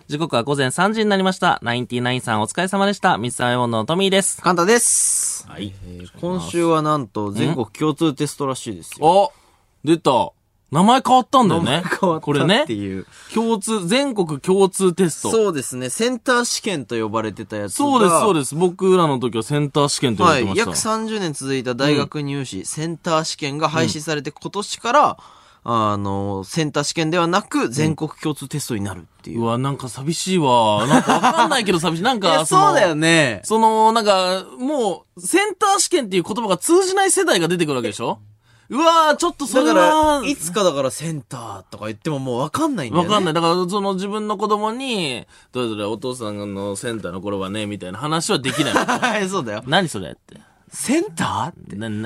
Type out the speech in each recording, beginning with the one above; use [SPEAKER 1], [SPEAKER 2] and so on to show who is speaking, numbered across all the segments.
[SPEAKER 1] 時刻は午前3時になりました。ナインティナインさんお疲れ様でした。ミスターエモンのトミーです。
[SPEAKER 2] カンタです。
[SPEAKER 1] はい。
[SPEAKER 2] 今週はなんと全国共通テストらしいですよ。
[SPEAKER 1] お出た。名前変わったんだよね。
[SPEAKER 2] 変わった
[SPEAKER 1] これね。
[SPEAKER 2] っていう。
[SPEAKER 1] 全国共通テスト。
[SPEAKER 2] そうですね。センター試験と呼ばれてたやつが。
[SPEAKER 1] そうです。僕らの時はセンター試験と呼ばれてました。
[SPEAKER 2] はい。約30年続いた大学入試、センター試験が廃止されて今年から、センター試験ではなく全国共通テストになるっていう。
[SPEAKER 1] うわ、なんか寂しいわ。なんかわかんないけど寂しい。なんか
[SPEAKER 2] そうだよね。
[SPEAKER 1] なんか、もう、センター試験っていう言葉が通じない世代が出てくるわけでしょ。うわー、ちょっとそれは。
[SPEAKER 2] だから、いつかだからセンターとか言ってももうわかんないんだよね。
[SPEAKER 1] わかんない。だから、自分の子供に、どれどれお父さんのセンターの頃はね、みたいな話はできない。
[SPEAKER 2] はい、そうだよ。
[SPEAKER 1] 何それって。
[SPEAKER 2] センターって。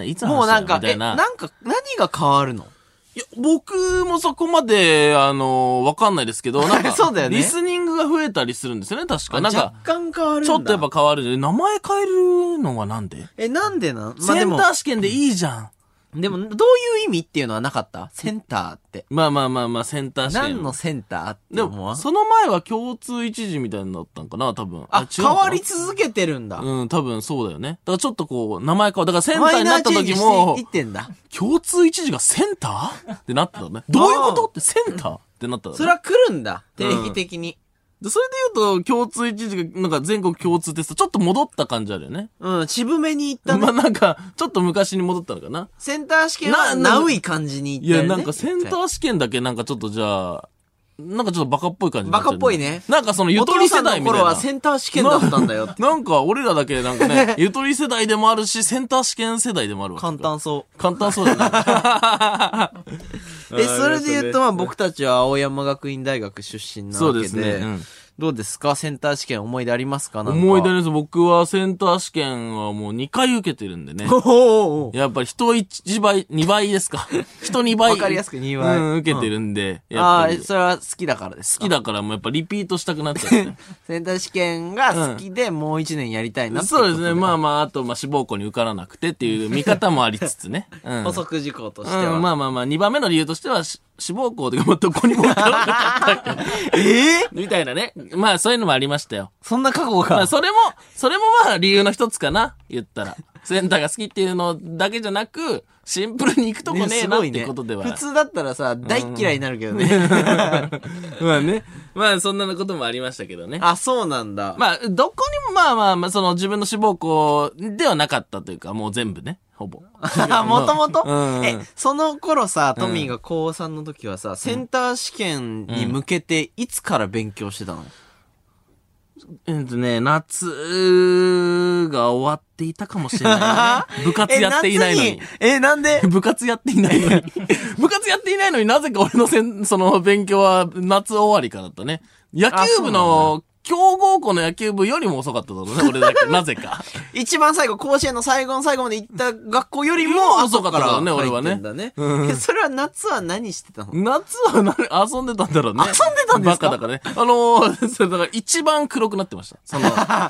[SPEAKER 1] いつの話
[SPEAKER 2] もうなんか、
[SPEAKER 1] みたいな。
[SPEAKER 2] 何が変わるの？
[SPEAKER 1] いや、僕もそこまで、わかんないですけど、なんか、
[SPEAKER 2] そうだよね。
[SPEAKER 1] リスニングが増えたりするんですよね、確か。なんか、
[SPEAKER 2] 若干変わるんだ。
[SPEAKER 1] ちょっとやっぱ変わる。名前変えるのはなんで？
[SPEAKER 2] なんでなん？
[SPEAKER 1] センター試験でいいじゃん。
[SPEAKER 2] でも、どういう意味っていうのはなかった？センターって。
[SPEAKER 1] まあ、センター試験。
[SPEAKER 2] 何のセンターって
[SPEAKER 1] でも、その前は共通一時みたいになったんかな、多分。
[SPEAKER 2] 変わり続けてるんだ。
[SPEAKER 1] うん、多分そうだよね。だからちょっとこう、名前変わる。だからセンターになった時も、共通一時がセンターってなってたね。どういうことってセンターってなったね。
[SPEAKER 2] それは来るんだ。定期的に。
[SPEAKER 1] それで言うと、共通一時が、なんか全国共通テスト、ちょっと戻った感じあるよね。
[SPEAKER 2] うん、渋めに行ったね。
[SPEAKER 1] まあなんか、ちょっと昔に戻ったのかな。
[SPEAKER 2] センター試験は、ナウい感じに行ったよね。
[SPEAKER 1] いや、なんかセンター試験だけなんかちょっとじゃあ、なんかちょっとバカっぽい感じになっちゃう。
[SPEAKER 2] バカっぽいね。
[SPEAKER 1] なんかゆとり世代みたいな。
[SPEAKER 2] お父さんの頃はセンター試験だったんだよ。
[SPEAKER 1] なんか俺らだけなんかね、ゆとり世代でもあるし、センター試験世代でもあるわけ。
[SPEAKER 2] 簡単そう。
[SPEAKER 1] 簡単そうだね。
[SPEAKER 2] それで言うと僕たちは青山学院大学出身なわけで。そうですね。どうですか？センター試験思い出ありますか？
[SPEAKER 1] 思い出です。僕はセンター試験はもう2回受けてるんでね。やっぱり人1倍、2倍ですか。人2倍。
[SPEAKER 2] わかりやすく2倍。
[SPEAKER 1] 受けてるんで。
[SPEAKER 2] それは好きだからですか？
[SPEAKER 1] 好きだからもうやっぱリピートしたくなっちゃって。
[SPEAKER 2] センター試験が好きでもう1年やりたいなって
[SPEAKER 1] そうですね。あと志望校に受からなくてっていう見方もありつつね。
[SPEAKER 2] 補足事項としては。
[SPEAKER 1] 2番目の理由としては、志望校でどこにも受からなかった。みたいなね。そういうのもありましたよ。
[SPEAKER 2] そんな過去が。
[SPEAKER 1] それも理由の一つかな、言ったら。センターが好きっていうのだけじゃなく、シンプルに行くとこねえなってことでは。
[SPEAKER 2] 普通だったらさ、大嫌いになるけどね。
[SPEAKER 1] そんなこともありましたけどね。
[SPEAKER 2] そうなんだ。
[SPEAKER 1] どこにも自分の志望校ではなかったというか、もう全部ね。ほぼ。
[SPEAKER 2] もともとその頃さ、トミーが高3の時はさ、センター試験に向けていつから勉強してたの？
[SPEAKER 1] 夏が終わっていたかもしれないね。部活やっていないのに。
[SPEAKER 2] なんで？
[SPEAKER 1] 部活やっていないのに。部活やっていないのになぜか俺の勉強は夏終わりからだったね。野球部の、強豪校の野球部よりも遅かっただろうね、俺だけ。なぜか。
[SPEAKER 2] 一番最後、甲子園の最後の最後まで行った学校よりも
[SPEAKER 1] 遅かったからね、俺はね。
[SPEAKER 2] それは夏は何してたの？
[SPEAKER 1] 夏は遊んでたんだろうね。
[SPEAKER 2] 遊んでたんですか？
[SPEAKER 1] バカだからね。それだから一番黒くなってました。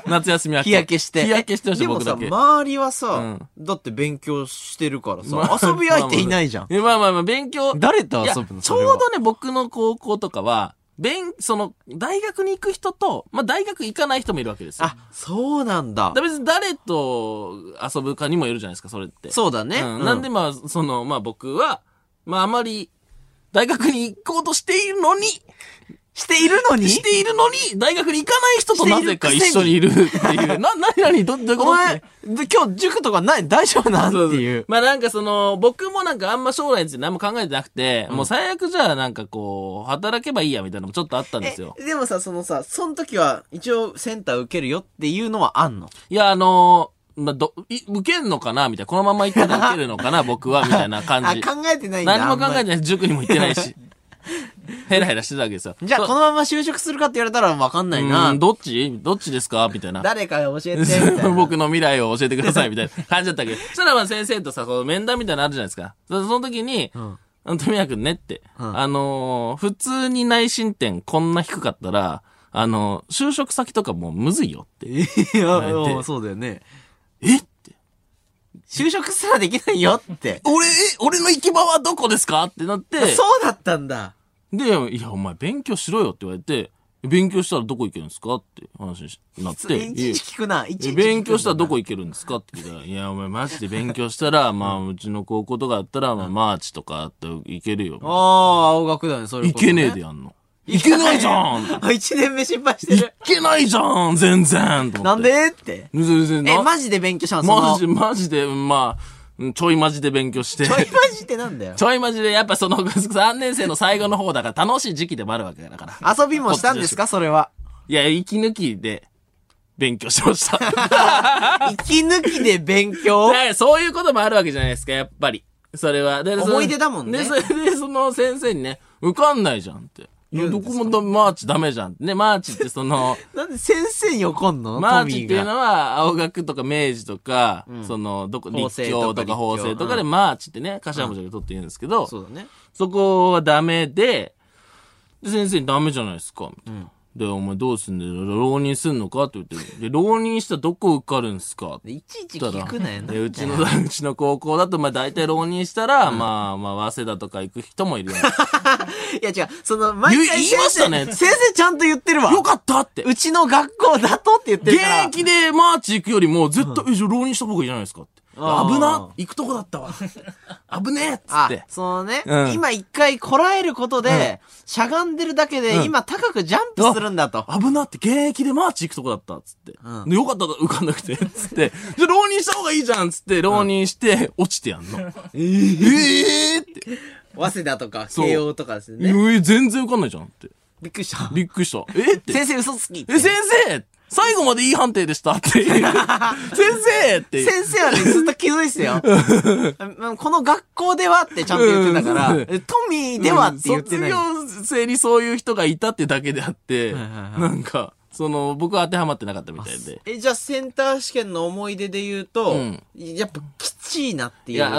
[SPEAKER 1] 夏休み明け。
[SPEAKER 2] 日焼けして。
[SPEAKER 1] 日焼けしてました、僕だけ。
[SPEAKER 2] でもさ、周りはさ、だって勉強してるからさ、遊び相手いないじゃん。
[SPEAKER 1] 勉強。
[SPEAKER 2] 誰と遊ぶの？
[SPEAKER 1] ちょうどね、僕の高校とかは、大学に行く人と、大学行かない人もいるわけですよ。
[SPEAKER 2] そうなんだ。
[SPEAKER 1] 別に誰と遊ぶかにもよるじゃないですか、それって。
[SPEAKER 2] そうだね。
[SPEAKER 1] なんで僕は、あまり、大学に行こうとしているのに、大学に行かない人となぜか一緒にいるっていう。どういうこと？
[SPEAKER 2] お前、今日塾とか大丈夫なんっていう。
[SPEAKER 1] 僕もあんま将来について何も考えてなくて、もう最悪じゃあ働けばいいやみたいなのもちょっとあったんですよ。
[SPEAKER 2] でもさ、その時は一応センター受けるよっていうのはあんの？
[SPEAKER 1] いや、受けるのかなみたいな。このまま行ったら受けるのかな僕はみたいな感じ。
[SPEAKER 2] 考えてないんだ。
[SPEAKER 1] 何も考えてない。塾にも行ってないし。ヘラヘラしてたわけですよ。
[SPEAKER 2] じゃあこのまま就職するかって言われたら分かんないな。
[SPEAKER 1] どっちですかみたいな。
[SPEAKER 2] 誰か教えてみたいな。
[SPEAKER 1] 僕の未来を教えてくださいみたいな感じだったけど。そしたら先生とさ、面談みたいなのあるじゃないですか。その時に、富谷くんねって、普通に内申点こんな低かったら、就職先とかもうむずいよって。
[SPEAKER 2] いや、そうだよね。
[SPEAKER 1] って。
[SPEAKER 2] 就職すらできないよって。
[SPEAKER 1] 俺の行き場はどこですかってなって。
[SPEAKER 2] そうだったんだ。
[SPEAKER 1] で、いや、お前勉強しろよって言われて、 勉強したらどこ行けるんですかって話になって。
[SPEAKER 2] いちいち聞くな。いちいち聞く
[SPEAKER 1] 勉強したらどこ行けるんですかって聞いたら、いや、お前マジで勉強したら、まあ、うちの高校とかあったら、まあ、マーチとかあって行けるよ。
[SPEAKER 2] ああ、青学だね、それ、
[SPEAKER 1] 行けねえでやんの。行けないじゃん
[SPEAKER 2] 1年目心配してる。
[SPEAKER 1] 行けないじゃん全然
[SPEAKER 2] なんでって。マジで勉強したの
[SPEAKER 1] マジで、まあ、ちょいマジで勉強して。
[SPEAKER 2] ちょいマジってなんだよ。
[SPEAKER 1] ちょいマジで、やっぱその3年生の最後の方だから楽しい時期でもあるわけだから。
[SPEAKER 2] 遊びもしたんですかそれは。
[SPEAKER 1] いや、息抜きで勉強しました。
[SPEAKER 2] 息抜きで勉強
[SPEAKER 1] そういうこともあるわけじゃないですか、やっぱり。それは。
[SPEAKER 2] 思い出だもんね。
[SPEAKER 1] で、それでその先生にね、受かんないじゃんって。どこもマーチダメじゃん。ね、マーチってその、
[SPEAKER 2] なんで先生に怒んの
[SPEAKER 1] マーチっていうのは、青学とか明治とか、その、立教とか法政とかでマーチってね、頭文字で取って言うんですけど、
[SPEAKER 2] そうだね。
[SPEAKER 1] そこはダメで、先生にダメじゃないですか、みたいな。で、お前どうすんだよ、浪人すんのかって言って、で、浪人したらどこ受かるんすか
[SPEAKER 2] いちいち聞くなよな。
[SPEAKER 1] うちの高校だと、まあ大体浪人したら、まあ、早稲田とか行く人もいるよ。
[SPEAKER 2] いや違う、毎回
[SPEAKER 1] 言いましたね。
[SPEAKER 2] 先生ちゃんと言ってるわ。
[SPEAKER 1] よかったって。
[SPEAKER 2] うちの学校だとって言ってるから。
[SPEAKER 1] 現役でマーチ行くよりも、絶対、浪人した方がいいじゃないですかって。危な行くとこだったわ。危ねえっつって。
[SPEAKER 2] そのね、今一回こらえることで、しゃがんでるだけで、今高くジャンプするんだと。
[SPEAKER 1] 危なって、現役でマーチ行くとこだったっつって。で、よかった受かんなくて、つって。じゃ、浪人した方がいいじゃんつって、浪人して、落ちてやんの。って。
[SPEAKER 2] 早稲田とか、慶応とかですね。
[SPEAKER 1] 全然受かんないじゃんって。
[SPEAKER 2] びっくりした。
[SPEAKER 1] って。
[SPEAKER 2] 先生嘘つき。
[SPEAKER 1] 先生最後までいい判定でしたっていう。先生って。
[SPEAKER 2] 先生はね、ずっと気づいてたよ。この学校ではってちゃんと言ってたから、トミーではって言ってない。
[SPEAKER 1] 卒業生にそういう人がいたってだけであって、なんか、僕は当てはまってなかったみたいで。
[SPEAKER 2] じゃあセンター試験の思い出で言うと、やっぱきついなっていう。いや、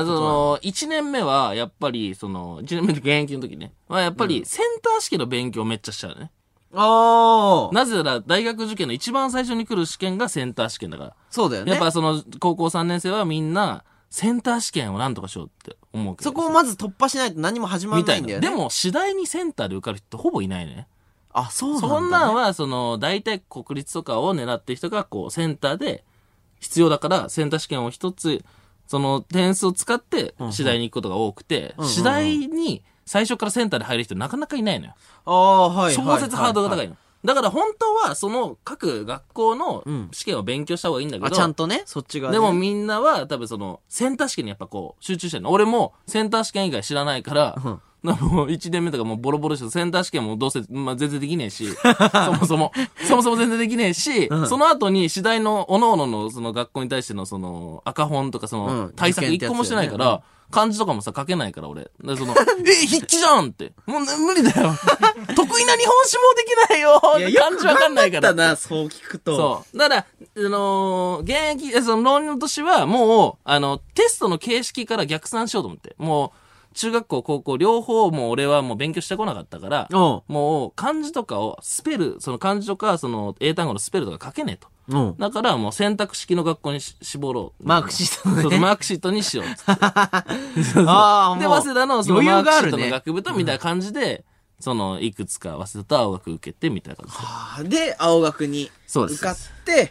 [SPEAKER 1] 1年目は、やっぱり、1年目の現役の時ね。やっぱり、センター試験の勉強めっちゃしちゃうね。なぜなら、大学受験の一番最初に来る試験がセンター試験だから。
[SPEAKER 2] そうだよね。
[SPEAKER 1] やっぱ高校3年生はみんな、センター試験をなんとかしようって思うけど。
[SPEAKER 2] そこをまず突破しないと何も始まらないんだよね。
[SPEAKER 1] でも、次第にセンターで受かる人ってほぼいないね。
[SPEAKER 2] そうなんだ、ね。
[SPEAKER 1] そんなんは、大体国立とかを狙ってる人が、センターで必要だから、センター試験を一つ、点数を使って、次第に行くことが多くて、次第に、最初からセンターで入る人なかなかいないのよ。
[SPEAKER 2] はい。
[SPEAKER 1] 超絶ハードルが高いの。だから本当は、各学校の試験を勉強した方がいいんだけど。
[SPEAKER 2] ちゃんとね、そっちが、ね。
[SPEAKER 1] でもみんなは、多分センター試験にやっぱ集中してるの。俺も、センター試験以外知らないから、もう1年目とかもうボロボロして、センター試験もどうせ、全然できねえし、そもそも全然できねえし、その後に次第の、各々の学校に対しての赤本とか対策一個もしてないから、漢字とかもさ、書けないから俺。筆記じゃんって。もう無理だよ。得意な日本史もできないよ。漢字わかんないから。
[SPEAKER 2] だな、そう聞くと。
[SPEAKER 1] そう。だから、現役、浪人の年はもう、テストの形式から逆算しようと思って。もう、中学校、高校、両方もう俺はもう勉強してこなかったから、もう漢字とかを漢字とか英単語のスペルとか書けねえと。だからもう選択式の学校に絞ろう。
[SPEAKER 2] マークシートね。
[SPEAKER 1] マークシートにしよう。で、早稲田のマークシートの学部とみたいな感じで、いくつか早稲田と青学受けてみたいな感
[SPEAKER 2] じで。青学に受かって、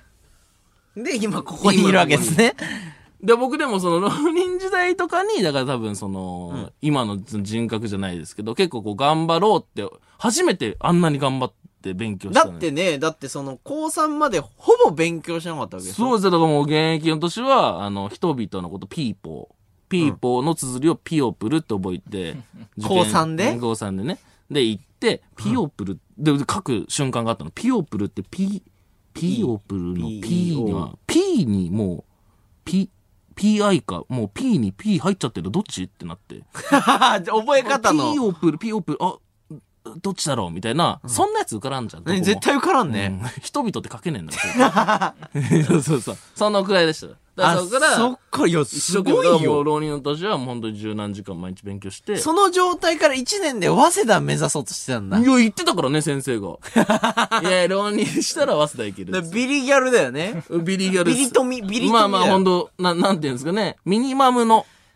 [SPEAKER 2] で、今ここにいるわけですね。
[SPEAKER 1] で、僕でも浪人時代とかに、だから多分今の人格じゃないですけど、結構頑張ろうって、初めてあんなに頑張って勉強した
[SPEAKER 2] だって高3までほぼ勉強しなかったわけです
[SPEAKER 1] そうですよ。だからもう現役の年は、人々のことピーポーの綴りをピオプルって覚えて、
[SPEAKER 2] 高3で
[SPEAKER 1] 高3でね。で、行って、ピオプル、で、書く瞬間があったの。ピオプルってピオプルの P にもう、PI か、もう P に P 入っちゃってるどっちってなって。
[SPEAKER 2] 覚え方の。
[SPEAKER 1] ピオプル、どっちだろうみたいな、そんなやつ受からんじゃん。
[SPEAKER 2] 絶対受からんね。
[SPEAKER 1] 人々って書けねえんだよ。そう。そのくらいでした。
[SPEAKER 2] そっか、いや、すごいよ。
[SPEAKER 1] 浪人の年はもう本当に十何時間毎日勉強して。
[SPEAKER 2] その状態から1年で早稲田目指そうとしてたんだ。
[SPEAKER 1] いや、言ってたからね、先生が。いや、浪人したら早稲田行ける。
[SPEAKER 2] ビリギャルだよね。
[SPEAKER 1] ビリギャル。
[SPEAKER 2] ビリトミ。
[SPEAKER 1] まあ本当なんていうんですかね。ミニマムの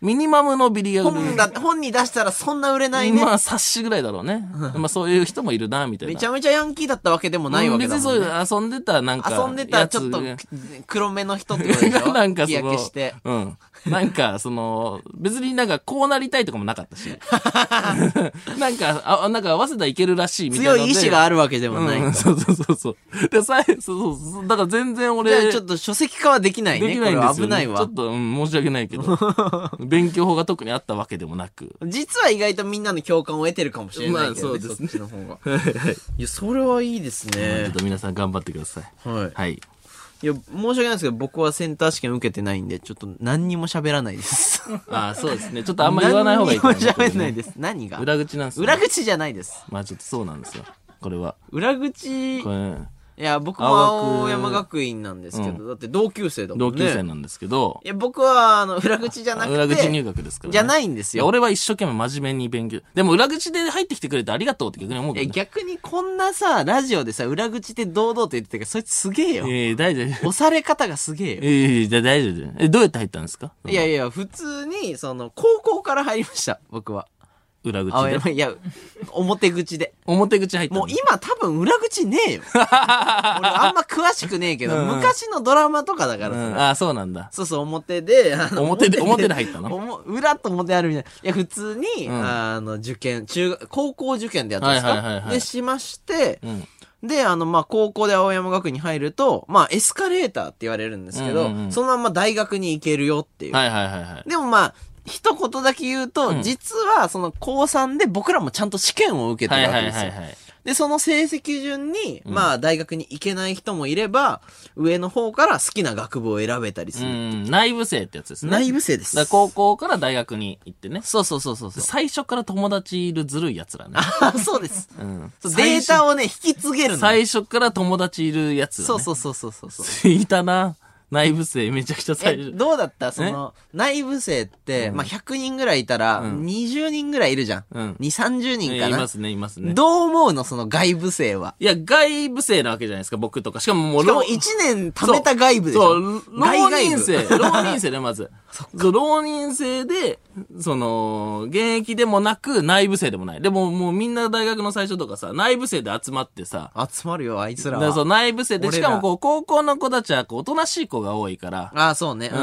[SPEAKER 1] ミニマムのビリギャグ。
[SPEAKER 2] 本に出したらそんな売れないね。
[SPEAKER 1] まあ、冊子ぐらいだろうね。まあ、そういう人もいるな、みたいな。
[SPEAKER 2] めちゃめちゃヤンキーだったわけでもないわけだもんね。
[SPEAKER 1] 別にそういう遊んでた、なんか。
[SPEAKER 2] 遊んでた、ちょっと、黒目の人ってことでしょ
[SPEAKER 1] なんか
[SPEAKER 2] 日焼けして。
[SPEAKER 1] うん。なんか、別になんかこうなりたいとかもなかったし。なんか、早稲田行けるらしいみたいな。
[SPEAKER 2] 強い意志があるわけでもない。
[SPEAKER 1] そう。で、そう。だから全然俺。
[SPEAKER 2] じゃあちょっと書籍化はできないね。
[SPEAKER 1] できないんですよ、ね。
[SPEAKER 2] 危ないわ。
[SPEAKER 1] ちょっと、申し訳ないけど。勉強法が特にあったわけでもなく。
[SPEAKER 2] 実は意外とみんなの共感を得てるかもしれないけど、ね。
[SPEAKER 1] まあそうですね。
[SPEAKER 2] そっちの方が。いや、それはいいですね。
[SPEAKER 1] ちょっと皆さん頑張ってください。
[SPEAKER 2] はい。
[SPEAKER 1] はい。
[SPEAKER 2] いや、申し訳ないですけど、僕はセンター試験受けてないんで、ちょっと何にも喋らないです。
[SPEAKER 1] ああ、そうですね。ちょっとあんま言わない方がいいかな、
[SPEAKER 2] 何にも喋んないです。何が
[SPEAKER 1] 裏口なんですよ、
[SPEAKER 2] 裏口じゃないです。
[SPEAKER 1] まあちょっとそうなんですよ。これは。
[SPEAKER 2] 裏口、
[SPEAKER 1] これ
[SPEAKER 2] いや、僕も青山学院なんですけど、だって同級生だもんね。
[SPEAKER 1] 同級生なんですけど。
[SPEAKER 2] いや、僕は、裏口じゃなくて。
[SPEAKER 1] 裏口入学ですから、ね。
[SPEAKER 2] じゃないんですよ。
[SPEAKER 1] 俺は一生懸命真面目に勉強。でも裏口で入ってきてくれてありがとうって逆に思うけど、ね。
[SPEAKER 2] 逆にこんなさ、ラジオでさ、裏口で堂々と言ってたけど、そいつすげえよ。
[SPEAKER 1] 大丈夫。
[SPEAKER 2] 押され方がすげえよ。
[SPEAKER 1] 大丈夫。どうやって入ったんですか？
[SPEAKER 2] いや、普通に、高校から入りました、僕は。
[SPEAKER 1] 裏口で。
[SPEAKER 2] いや、表口で。
[SPEAKER 1] 表口入った。
[SPEAKER 2] もう今多分裏口ねえよ。俺あんま詳しくねえけど、昔のドラマとかだからさ。
[SPEAKER 1] あ、そうなんだ。
[SPEAKER 2] そう、表で、
[SPEAKER 1] 表で入ったの？
[SPEAKER 2] 裏と表あるみたいな。いや、普通に、受験、高校受験でやったんですか？で、しまして、で、高校で青山学院に入ると、エスカレーターって言われるんですけど、そのまま大学に行けるよっていう。でも一言だけ言うと、実は高3で僕らもちゃんと試験を受けてるわけですよ。で、その成績順に、大学に行けない人もいれば、上の方から好きな学部を選べたりする。
[SPEAKER 1] 内部生ってやつですね。
[SPEAKER 2] 内部生です。
[SPEAKER 1] だ高校から大学に行ってね。
[SPEAKER 2] そう。
[SPEAKER 1] 最初から友達いるずるい奴らね。
[SPEAKER 2] そうです。データをね、引き継げるの。
[SPEAKER 1] 最初から友達いるやつら、ね。
[SPEAKER 2] そう。
[SPEAKER 1] いたな。内部生めちゃくちゃ最初。
[SPEAKER 2] どうだった内部生って、100人ぐらいいたら、20人ぐらいいるじゃん。2、30人かな。
[SPEAKER 1] いますね。
[SPEAKER 2] どう思うの外部生は。
[SPEAKER 1] いや、外部生なわけじゃないですか、僕とか。しかも
[SPEAKER 2] 1年貯めた外部でしょ。
[SPEAKER 1] そう、浪人生ね、まず。浪人生で、現役でもなく、内部生でもない。でも、もうみんな大学の最初とかさ、内部生で集まってさ。
[SPEAKER 2] 集まるよ、あいつらは。
[SPEAKER 1] そう、内部生で、しかも高校の子たちは、おとなしい子が多いから。
[SPEAKER 2] ああ、そうね。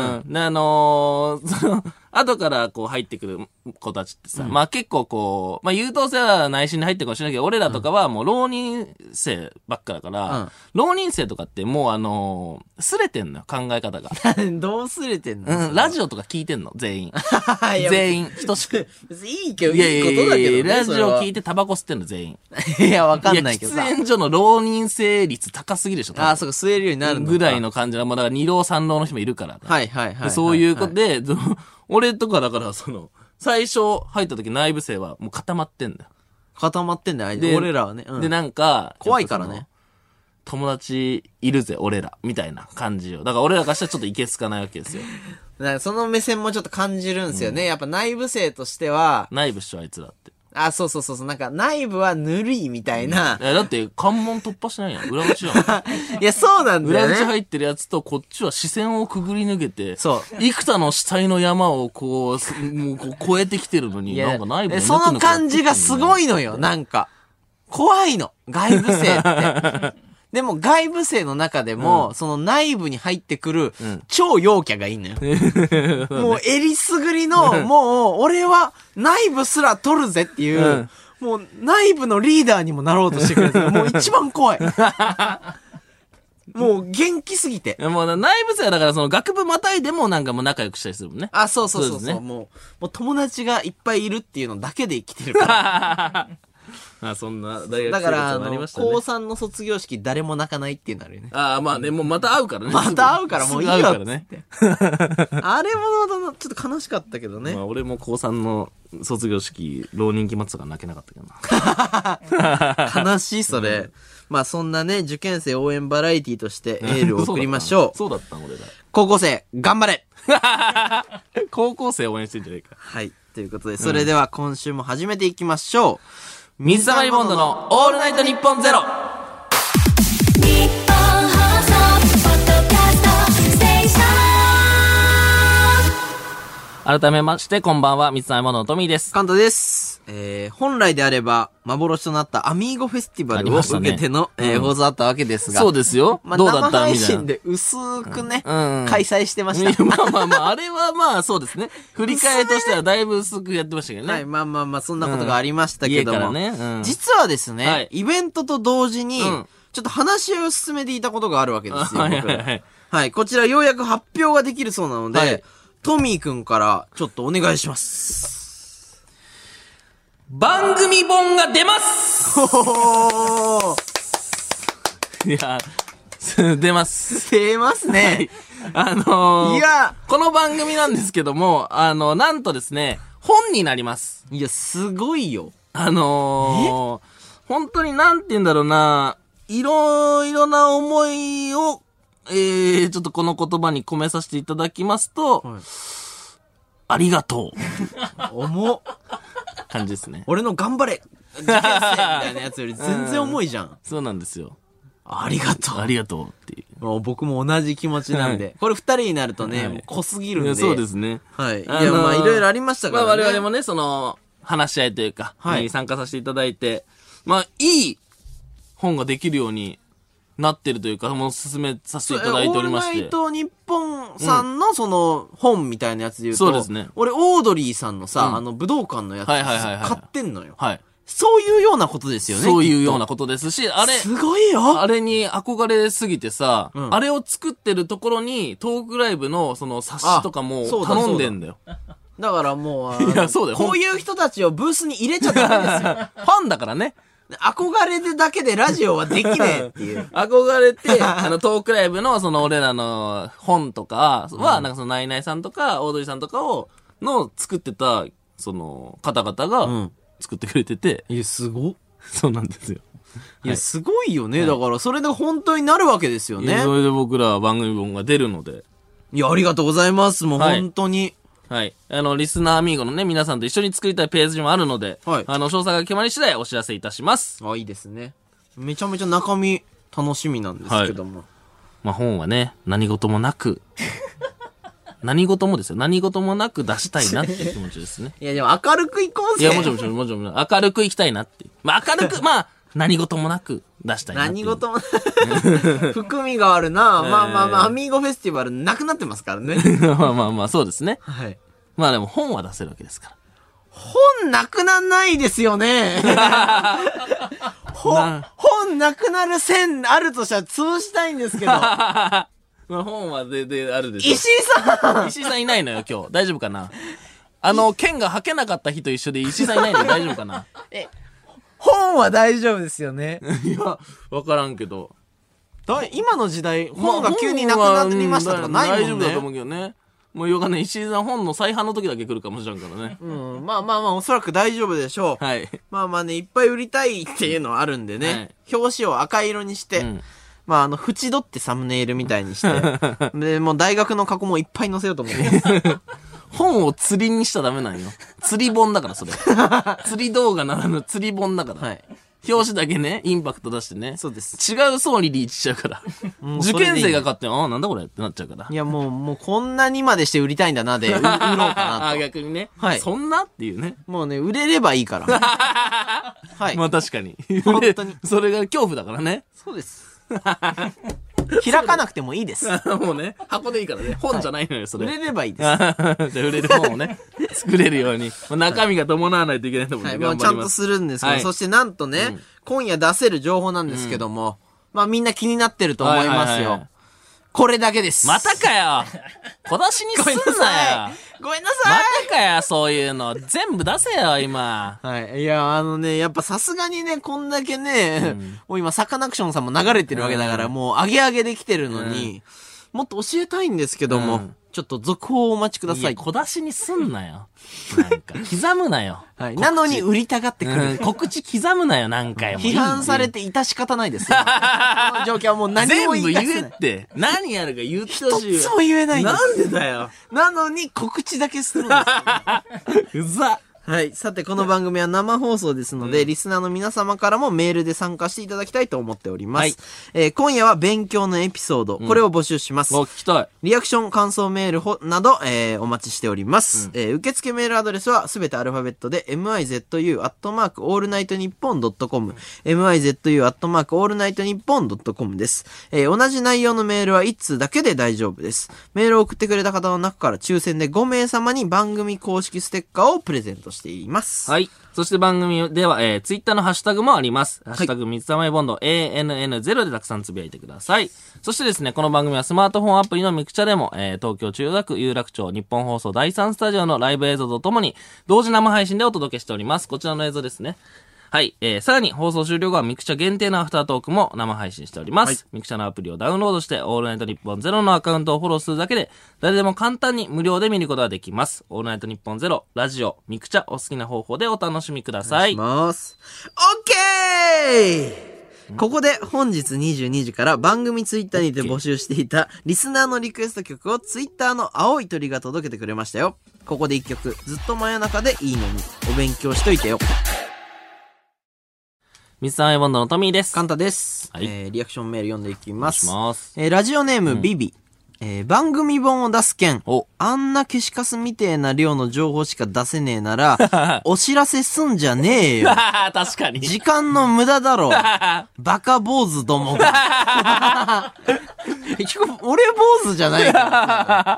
[SPEAKER 1] 後から入ってくる子たちってさ、結構優等生は内心に入ってるかもしれないけど、俺らとかはもう浪人生ばっかだから、浪人生とかってもうすれてんのよ、考え方が。
[SPEAKER 2] どうすれてんの？
[SPEAKER 1] ラジオとか聞いてんの、全員。全員、等しく。
[SPEAKER 2] 別にいいけど、いいことだけどね。
[SPEAKER 1] ラジオ聞いてタバコ吸ってんの、全員。
[SPEAKER 2] いや、わかんないけど。
[SPEAKER 1] 喫煙所の浪人生率高すぎるでしょ、
[SPEAKER 2] あ、そうか、吸えるようになるのか。
[SPEAKER 1] ぐらいの感じは、もうだから2浪3浪の人もいるから。
[SPEAKER 2] はい。
[SPEAKER 1] そういうことで、俺とかだから最初入った時内部生はもう固まってんだよ。
[SPEAKER 2] 固まってんだよ、俺らはね。
[SPEAKER 1] で、なんか、
[SPEAKER 2] 怖いからね。
[SPEAKER 1] 友達いるぜ、俺ら。みたいな感じよ。だから俺らからしたらちょっといけつかないわけですよ。
[SPEAKER 2] だからその目線もちょっと感じるんですよね。やっぱ内部生としては。
[SPEAKER 1] 内部っしょ、あいつらって。
[SPEAKER 2] あ、そう。なんか、内部はぬるいみたいな。
[SPEAKER 1] だって、関門突破しないやん。裏口やん。
[SPEAKER 2] いや、そうなんだよね。
[SPEAKER 1] 裏口入ってるやつと、こっちは視線をくぐり抜けて、
[SPEAKER 2] そう。
[SPEAKER 1] 幾多の死体の山をもう越えてきてるのに、なんか内部
[SPEAKER 2] その感じがすごいのよ、なんか。怖いの。外部生って。でも外部生の中でも、その内部に入ってくる、超陽キャがいいのよ。もうえりすぐりの、もう俺は内部すら取るぜっていう、もう内部のリーダーにもなろうとしてくれてる。もう一番怖い。もう元気すぎて。
[SPEAKER 1] もう内部生はだから学部またいでもなんかもう仲良くしたりするもんね。
[SPEAKER 2] あ、そう。ね、もう友達がいっぱいいるっていうのだけで生きてるから。
[SPEAKER 1] そんな大学生
[SPEAKER 2] だから、
[SPEAKER 1] になりましたね。
[SPEAKER 2] 高3の卒業式誰も泣かないっていうのあるよね。
[SPEAKER 1] まあね、もうまた会うからね。
[SPEAKER 2] また会うからもういいよっつって。
[SPEAKER 1] ね、
[SPEAKER 2] あれもちょっと悲しかったけどね。
[SPEAKER 1] 俺も高3の卒業式、浪人決まってたから泣けなかったけど
[SPEAKER 2] な。悲しい、それ。そんなね、受験生応援バラエティとしてエールを送りましょう。
[SPEAKER 1] そうだったの俺ら。
[SPEAKER 2] 高校生、頑張れ
[SPEAKER 1] 高校生応援してんじゃねえか。
[SPEAKER 2] はい。ということで、それでは今週も始めていきましょう。
[SPEAKER 1] 水溜りボンドのオールナイトニッポンゼロ。
[SPEAKER 3] 日本放送ポッドキャストステーション
[SPEAKER 1] 改めまして、こんばんは、三つ編み物のトミーです。
[SPEAKER 2] カントです。本来であれば、幻となったアミーゴフェスティバルを受けての、放送だったわけですが。
[SPEAKER 1] そうですよ。どうだったみたいな。
[SPEAKER 2] 生配信で薄くね、開催してました。
[SPEAKER 1] あれはまあそうですね。振り返りとしてはだいぶ薄くやってましたけどね。
[SPEAKER 2] はい、そんなことがありましたけども。
[SPEAKER 1] 家からね。
[SPEAKER 2] 実はですね、イベントと同時に、ちょっと話し合いを進めていたことがあるわけですよ、僕ら。はい、こちらようやく発表ができるそうなので、トミーくんからちょっとお願いします。
[SPEAKER 1] 番組本が出ますいや、出ます。
[SPEAKER 2] 出ますね。
[SPEAKER 1] いや、この番組なんですけども、なんとですね、本になります。
[SPEAKER 2] いや、すごいよ。
[SPEAKER 1] 本当になんて言うんだろうな、いろいろな思いを、ちょっとこの言葉に込めさせていただきますと、ありがとう。
[SPEAKER 2] 重っ。
[SPEAKER 1] 感じですね。
[SPEAKER 2] 俺の頑張れ受験生みたいなやつより全然重いじゃん。
[SPEAKER 1] そうなんですよ。
[SPEAKER 2] ありがとう。
[SPEAKER 1] ありがとうっていう。
[SPEAKER 2] もう僕も同じ気持ちなんで。これ二人になるとね、もう濃すぎるんで。
[SPEAKER 1] そうですね。
[SPEAKER 2] はい。いや、まあいろいろありましたからね。
[SPEAKER 1] 我々もね、話し合いというか、に参加させていただいて、まあ、いい本ができるようになってるというか、もう進めさせていただいておりまして。
[SPEAKER 2] オールナイトニッポンさんの本みたいなやつで言うと、
[SPEAKER 1] そうですね。
[SPEAKER 2] 俺、オードリーさんのさ、武道館のやつ、買ってんのよ。
[SPEAKER 1] はい。
[SPEAKER 2] そういうようなことですよね。
[SPEAKER 1] そういうようなことですし、あれ、
[SPEAKER 2] すごいよ。
[SPEAKER 1] あれに憧れすぎてさ、あれを作ってるところに、トークライブの冊子とかも頼んでんだよ。
[SPEAKER 2] だからもう、
[SPEAKER 1] いや、そうだよ。
[SPEAKER 2] こういう人たちをブースに入れちゃダメですよ。
[SPEAKER 1] ファンだからね。
[SPEAKER 2] 憧れでだけでラジオはできねえっていう。
[SPEAKER 1] 憧れて、トークライブの俺らの本とかは、なんかナイナイさんとか、オードリーさんとか作ってた、方々が、作ってくれてて。
[SPEAKER 2] いや、すご。
[SPEAKER 1] そうなんですよ。
[SPEAKER 2] いや、すごいよね。だから、それで本当になるわけですよね。
[SPEAKER 1] それで僕らは番組本が出るので。
[SPEAKER 2] いや、ありがとうございます。もう本当に。
[SPEAKER 1] はい。リスナーアミーゴのね、皆さんと一緒に作りたいページもあるので、詳細が決まり次第お知らせいたします。
[SPEAKER 2] いいですね。めちゃめちゃ中身楽しみなんですけども。
[SPEAKER 1] まあ、本はね、何事もなく、何事もですよ。何事もなく出したいなっていう気持ちですね。
[SPEAKER 2] いや、でも明るくいこうぜ。
[SPEAKER 1] いや、もちろん。明るくいきたいなっていう。まあ、明るく、何事もなく出したいなっていう。
[SPEAKER 2] 何事もなく。含みがあるな。アミーゴフェスティバルなくなってますからね。
[SPEAKER 1] まあ、そうですね。
[SPEAKER 2] はい。
[SPEAKER 1] まあでも本は出せるわけですから。
[SPEAKER 2] 本なくなんないですよね。本なくなる線あるとしたら潰したいんですけど。
[SPEAKER 1] 本はであるでしょ。
[SPEAKER 2] 石井さ
[SPEAKER 1] んいないのよ、今日。大丈夫かな剣が吐けなかった日と一緒で石井さんいないのよ、大丈夫かな
[SPEAKER 2] 本は大丈夫ですよね。
[SPEAKER 1] いや、わからんけど。
[SPEAKER 2] 今の時代、本が急になくなりましたとかないもんね。
[SPEAKER 1] 大丈夫だと思うけどね。もうよかね、石井さん本の再販の時だけ来るかもしれんからね。
[SPEAKER 2] まあ、おそらく大丈夫でしょう。
[SPEAKER 1] はい。
[SPEAKER 2] まあね、いっぱい売りたいっていうのはあるんでね。表紙を赤色にして、縁取ってサムネイルみたいにして、で、もう大学の過去もいっぱい載せようと思う。
[SPEAKER 1] 本を釣りにしちゃダメなんよ。釣り本だから、それ。釣り動画ならぬ釣り本だから。
[SPEAKER 2] はい。
[SPEAKER 1] 表紙だけね、インパクト出してね。
[SPEAKER 2] そうです。
[SPEAKER 1] 違う層にリーチしちゃうから。受験生が買って、なんだこれってなっちゃうから。
[SPEAKER 2] いや、もうこんなにまでして売りたいんだなで、売ろうかなと。
[SPEAKER 1] 逆にね。
[SPEAKER 2] はい。
[SPEAKER 1] そんなっていうね。
[SPEAKER 2] もうね、売れればいいから。はい。
[SPEAKER 1] まあ確かに。
[SPEAKER 2] 本当に。
[SPEAKER 1] それが恐怖だからね。
[SPEAKER 2] そうです。開かなくてもいいです。
[SPEAKER 1] もうね、箱でいいからね。本じゃないのよ、それ。
[SPEAKER 2] 売れればいいです。
[SPEAKER 1] じゃあ売れる本をね、作れるように。中身が伴わないといけないと思う
[SPEAKER 2] んで、はい、ちゃんとするんですけど、そしてなんとね、今夜出せる情報なんですけども、みんな気になってると思いますよ。これだけです。
[SPEAKER 1] またかよ小出しにすんなよ
[SPEAKER 2] ごめんなさい
[SPEAKER 1] またかよそういうの。全部出せよ、今。
[SPEAKER 2] はい。いや、やっぱさすがにね、こんだけね、もう今、サカナクションさんも流れてるわけだから、もう、上げできてるのに、もっと教えたいんですけども、ちょっと続報をお待ちください。
[SPEAKER 1] 小出しにすんなよ。なんか、刻むなよ。
[SPEAKER 2] はい。なのに売りたがってくる。
[SPEAKER 1] 告知刻むなよ、何回も。
[SPEAKER 2] 批判されて致し方ないです。この状況はもう何も言い出せない。
[SPEAKER 1] 全部言えって。何やるか言ってほしいよ。
[SPEAKER 2] 一つも言えないんです。
[SPEAKER 1] なんでだよ。
[SPEAKER 2] なのに告知だけするんですよ。
[SPEAKER 1] うざ。
[SPEAKER 2] はい。さて、この番組は生放送ですので、リスナーの皆様からもメールで参加していただきたいと思っております。はい。今夜は勉強のエピソード、これを募集します。
[SPEAKER 1] 聞きたい。
[SPEAKER 2] リアクション、感想メールなど、お待ちしております。受付メールアドレスはすべてアルファベットで、mizu@allnightnippon.com、mizu@allnightnippon.com です。同じ内容のメールは1通だけで大丈夫です。メールを送ってくれた方の中から抽選で5名様に番組公式ステッカーをプレゼントしています。
[SPEAKER 1] はい。そして番組では、ツイッターのハッシュタグもあります。ハッシュタグ、水溜りボンド、ANN0 でたくさんつぶやいてください。そしてですね、この番組はスマートフォンアプリのミクチャでも、東京千代田区有楽町日本放送第3スタジオのライブ映像とともに、同時生配信でお届けしております。こちらの映像ですね。はい。さらに放送終了後はミクチャ限定のアフタートークも生配信しております。はい、ミクチャのアプリをダウンロードして、オールナイトニッポンゼロのアカウントをフォローするだけで、誰でも簡単に無料で見ることができます。オールナイトニッポンゼロ、ラジオ、ミクチャ、お好きな方法でお楽しみください。
[SPEAKER 2] お願いします。オッケー！ここで本日22時から番組ツイッターにて募集していたリスナーのリクエスト曲をツイッターの青い鳥が届けてくれましたよ。ここで一曲、ずっと真夜中でいいのに、お勉強しといてよ。
[SPEAKER 1] 水溜りボンドのトミーです。
[SPEAKER 2] カンタです。
[SPEAKER 1] はい。
[SPEAKER 2] リアクションメール読んでいきます。
[SPEAKER 1] お願いします。
[SPEAKER 2] ラジオネーム、ビビ。番組本を出す件。あんな消しカスみてえな量の情報しか出せねえなら、お知らせすんじゃねえよ。
[SPEAKER 1] 確かに。
[SPEAKER 2] 時間の無駄だろ。バカ坊主どもが。俺坊主じゃないから。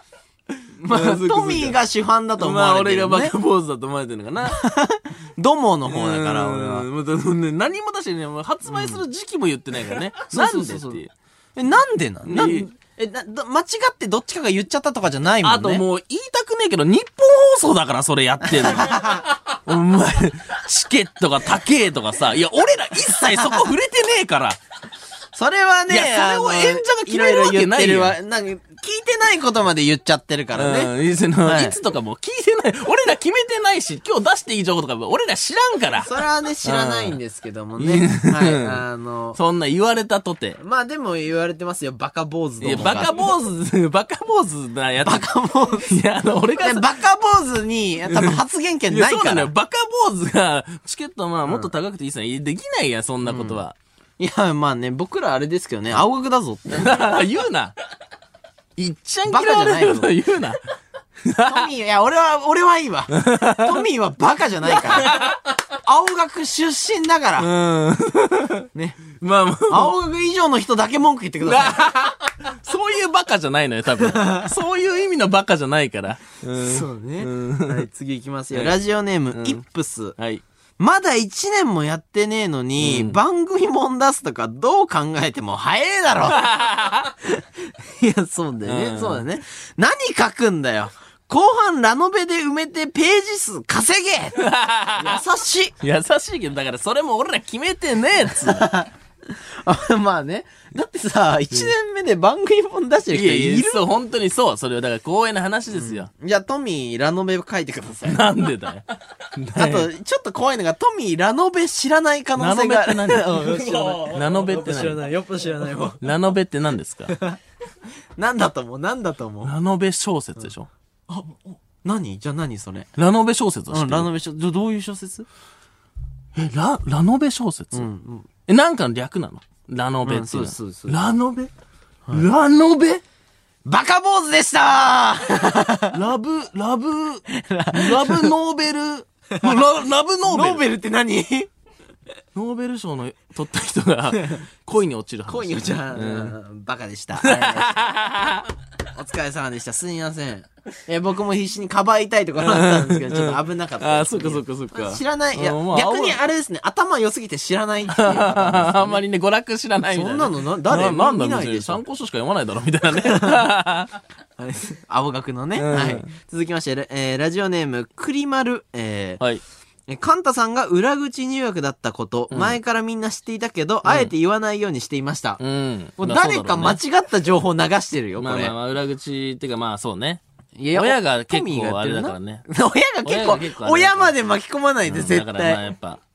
[SPEAKER 2] まあ、トミーが主犯だと思われてる、ね。
[SPEAKER 1] まあ、俺がバカ坊主だと思われてるのかな。
[SPEAKER 2] ドモの方だから、俺は。
[SPEAKER 1] 何も出してね、発売する時期も言ってないからね。なんでっていう。
[SPEAKER 2] なんでなん間違ってどっちかが言っちゃったとかじゃないもんね。
[SPEAKER 1] あともう言いたくねえけど、日本放送だからそれやってんの。お前、チケットが高えとかさ。いや、俺ら一切そこ触れてねえから。
[SPEAKER 2] それはね、
[SPEAKER 1] いや、それを演者が決めるわけないよ。
[SPEAKER 2] なんか聞いてないことまで言っちゃってるからね。
[SPEAKER 1] いつとかも聞いてない。俺ら決めてないし、今日出していい情報とか俺ら知らんから。
[SPEAKER 2] それはね、知らないんですけどもね。はい、
[SPEAKER 1] そんな言われたとて。
[SPEAKER 2] まあでも言われてますよ、バカ坊主どもが。
[SPEAKER 1] バカ坊主なやつ。
[SPEAKER 2] バカ坊主。
[SPEAKER 1] いや、俺が。
[SPEAKER 2] バカ坊主に、多分発言権ないから。
[SPEAKER 1] そうなのよ。バカ坊主が、チケットもっと高くていいっすね。できないや、そんなことは。
[SPEAKER 2] いや、まあね、僕らあれですけどね、青学だぞって。
[SPEAKER 1] 言うな。いっちゃん嫌われること言うな。
[SPEAKER 2] トミー、いや、俺はいいわ。トミーはバカじゃないから。青学出身だから。ね。
[SPEAKER 1] まあ、
[SPEAKER 2] 青学以上の人だけ文句言ってくださ
[SPEAKER 1] い。そういうバカじゃないのよ、多分。そういう意味のバカじゃないから。
[SPEAKER 2] そうね。はい、次行きますよ。ラジオネーム、イップス。
[SPEAKER 1] はい。
[SPEAKER 2] まだ1年もやってねえのに、番組本出すとかどう考えても早えだろ。いや、そうだよね。そうだね。何書くんだよ。後半ラノベで埋めてページ数稼げ。優しい。
[SPEAKER 1] 優しいけど、だからそれも俺ら決めてねえっつ
[SPEAKER 2] まあね。だってさ、1年目で番組本出してる人いる？
[SPEAKER 1] そう、本当にそう。それはだから光栄な話ですよ。
[SPEAKER 2] じゃあトミーラノベ書いてください。
[SPEAKER 1] なんでだよ。
[SPEAKER 2] あと、ちょっと怖いのが、トミーラノベ知らない可能性がある。
[SPEAKER 1] ラノベって何？
[SPEAKER 2] 知らない。やっぱ知らないわ。
[SPEAKER 1] ラノベって何ですか？
[SPEAKER 2] なんだと思う？
[SPEAKER 1] ラノベ小説でしょ？
[SPEAKER 2] 何？じゃあ何それ？
[SPEAKER 1] ラノベ小説は知ってる？
[SPEAKER 2] ラノベ小説。どういう小説？
[SPEAKER 1] ラノベ小説？なんかの略なの？ラノベっていう。
[SPEAKER 2] そう。
[SPEAKER 1] ラノベ？ラノベ？
[SPEAKER 2] バカ坊主でした
[SPEAKER 1] ラブノーベル。ラブノーベル
[SPEAKER 2] って何？
[SPEAKER 1] ノーベル賞の取った人が恋に落ちる話。
[SPEAKER 2] 恋に落ちる話。バカでした。お疲れ様でした。すみません。僕も必死にかばいたいところだったんですけど、ちょっと危なかった。
[SPEAKER 1] あ、そっか。
[SPEAKER 2] 知らない。いや、逆にあれですね、頭良すぎて知らないっていう。
[SPEAKER 1] あんまりね、娯楽知らないみたいな。
[SPEAKER 2] そんなの誰
[SPEAKER 1] なんだ
[SPEAKER 2] 見ないでしょ。
[SPEAKER 1] 参考書しか読まないだろ、みたいなね。
[SPEAKER 2] 青学のね。はい。続きまして、ラジオネーム、クリマル。
[SPEAKER 1] はい。
[SPEAKER 2] カンタさんが裏口入学だったこと、前からみんな知っていたけど、あえて言わないようにしていました。もう誰か間違った情報流してるよ、これ。
[SPEAKER 1] まあ、裏口っていうか、まあそうね。親が結構あれだからね。
[SPEAKER 2] 親が結構、親まで巻き込まないで、絶対。
[SPEAKER 1] だからまあやっぱ、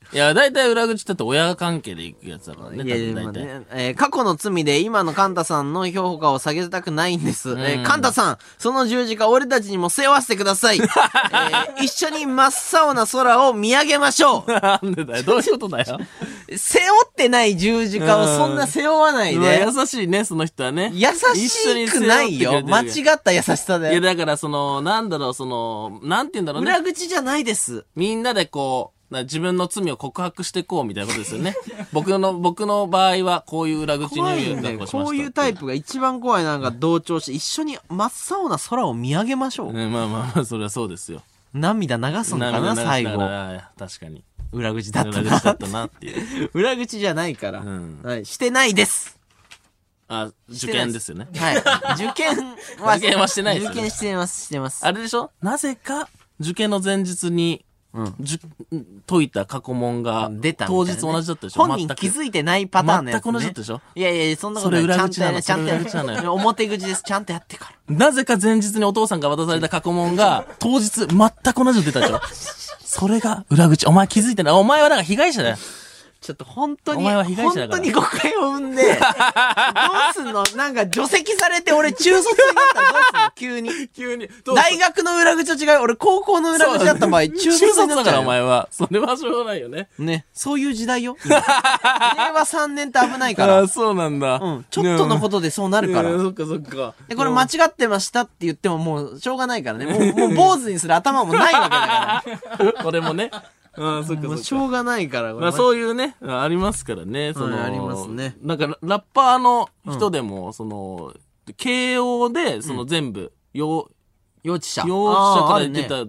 [SPEAKER 1] いや、大体裏口だって親関係で行くやつだからね。
[SPEAKER 2] いやいや、
[SPEAKER 1] 大体。
[SPEAKER 2] ね過去の罪で今のカンタさんの評価を下げたくないんです。カンタさん、その十字架俺たちにも背負わせてください。一緒に真っ青な空を見上げましょう。
[SPEAKER 1] なんでだよ、どういうことだよ。
[SPEAKER 2] 背負ってない十字架をそんな背負わないで。
[SPEAKER 1] 優しいね、その人はね。
[SPEAKER 2] 優しくないよ。間違った優しさで。
[SPEAKER 1] いや、だからなんだろう、なんて言うんだろうね。
[SPEAKER 2] 裏口じゃないです。
[SPEAKER 1] みんなでこう、自分の罪を告白していこうみたいなことですよね。僕の場合はこういう裏口に見える格好しました。
[SPEAKER 2] こういうタイプが一番怖い。なんか同調して一緒に真っ青な空を見上げましょう。
[SPEAKER 1] まあまあまあ、それはそうですよ。
[SPEAKER 2] 涙流すんかな、最後。
[SPEAKER 1] 確かに。
[SPEAKER 2] 裏口だったな。
[SPEAKER 1] 裏口だったなっていう。
[SPEAKER 2] 裏口じゃないから。はい。してないです。
[SPEAKER 1] 受験ですよね。
[SPEAKER 2] はい。受験
[SPEAKER 1] はしてないですよね。
[SPEAKER 2] 受験してます、してます。
[SPEAKER 1] あれでしょ？なぜか、受験の前日に、解いた過去問が、
[SPEAKER 2] 出た。
[SPEAKER 1] 当日同じだったでしょ？
[SPEAKER 2] 本人気づいてないパターンのやつ、ね。
[SPEAKER 1] 全く同じだったでしょ？
[SPEAKER 2] いやいや、そんなことない。
[SPEAKER 1] それ裏口なの。
[SPEAKER 2] ちゃんとやって。表口です。ちゃんとやってから。
[SPEAKER 1] なぜか前日にお父さんが渡された過去問が、当日全く同じの出たでしょ？それが裏口。お前気づいてない。お前はなんか被害者だよ。
[SPEAKER 2] ちょっと本当に、
[SPEAKER 1] お前は被害者だから
[SPEAKER 2] 本当に誤解を生んで、どうすんの？なんか除籍されて俺中卒になったらどうすんの？急に。大学の裏口と違う。俺高校の裏口だった場合、中卒になっちゃう。
[SPEAKER 1] だからお前は。それはしょうがないよね。
[SPEAKER 2] ね。そういう時代よ。令和3年って危ないから。
[SPEAKER 1] あ、そうなんだ。
[SPEAKER 2] うん。ちょっとのことでそうなるから。
[SPEAKER 1] そっかそっか。
[SPEAKER 2] で、これ間違ってましたって言ってももうしょうがないからね。もう坊主にする頭もないわけだから。
[SPEAKER 1] 俺もね。そっかそっか。
[SPEAKER 2] しょうがないから。
[SPEAKER 1] まあそういうね、ありますからね。
[SPEAKER 2] ありますね。
[SPEAKER 1] なんかラッパーの人でも、慶応で、全部、幼稚舎から出てたって、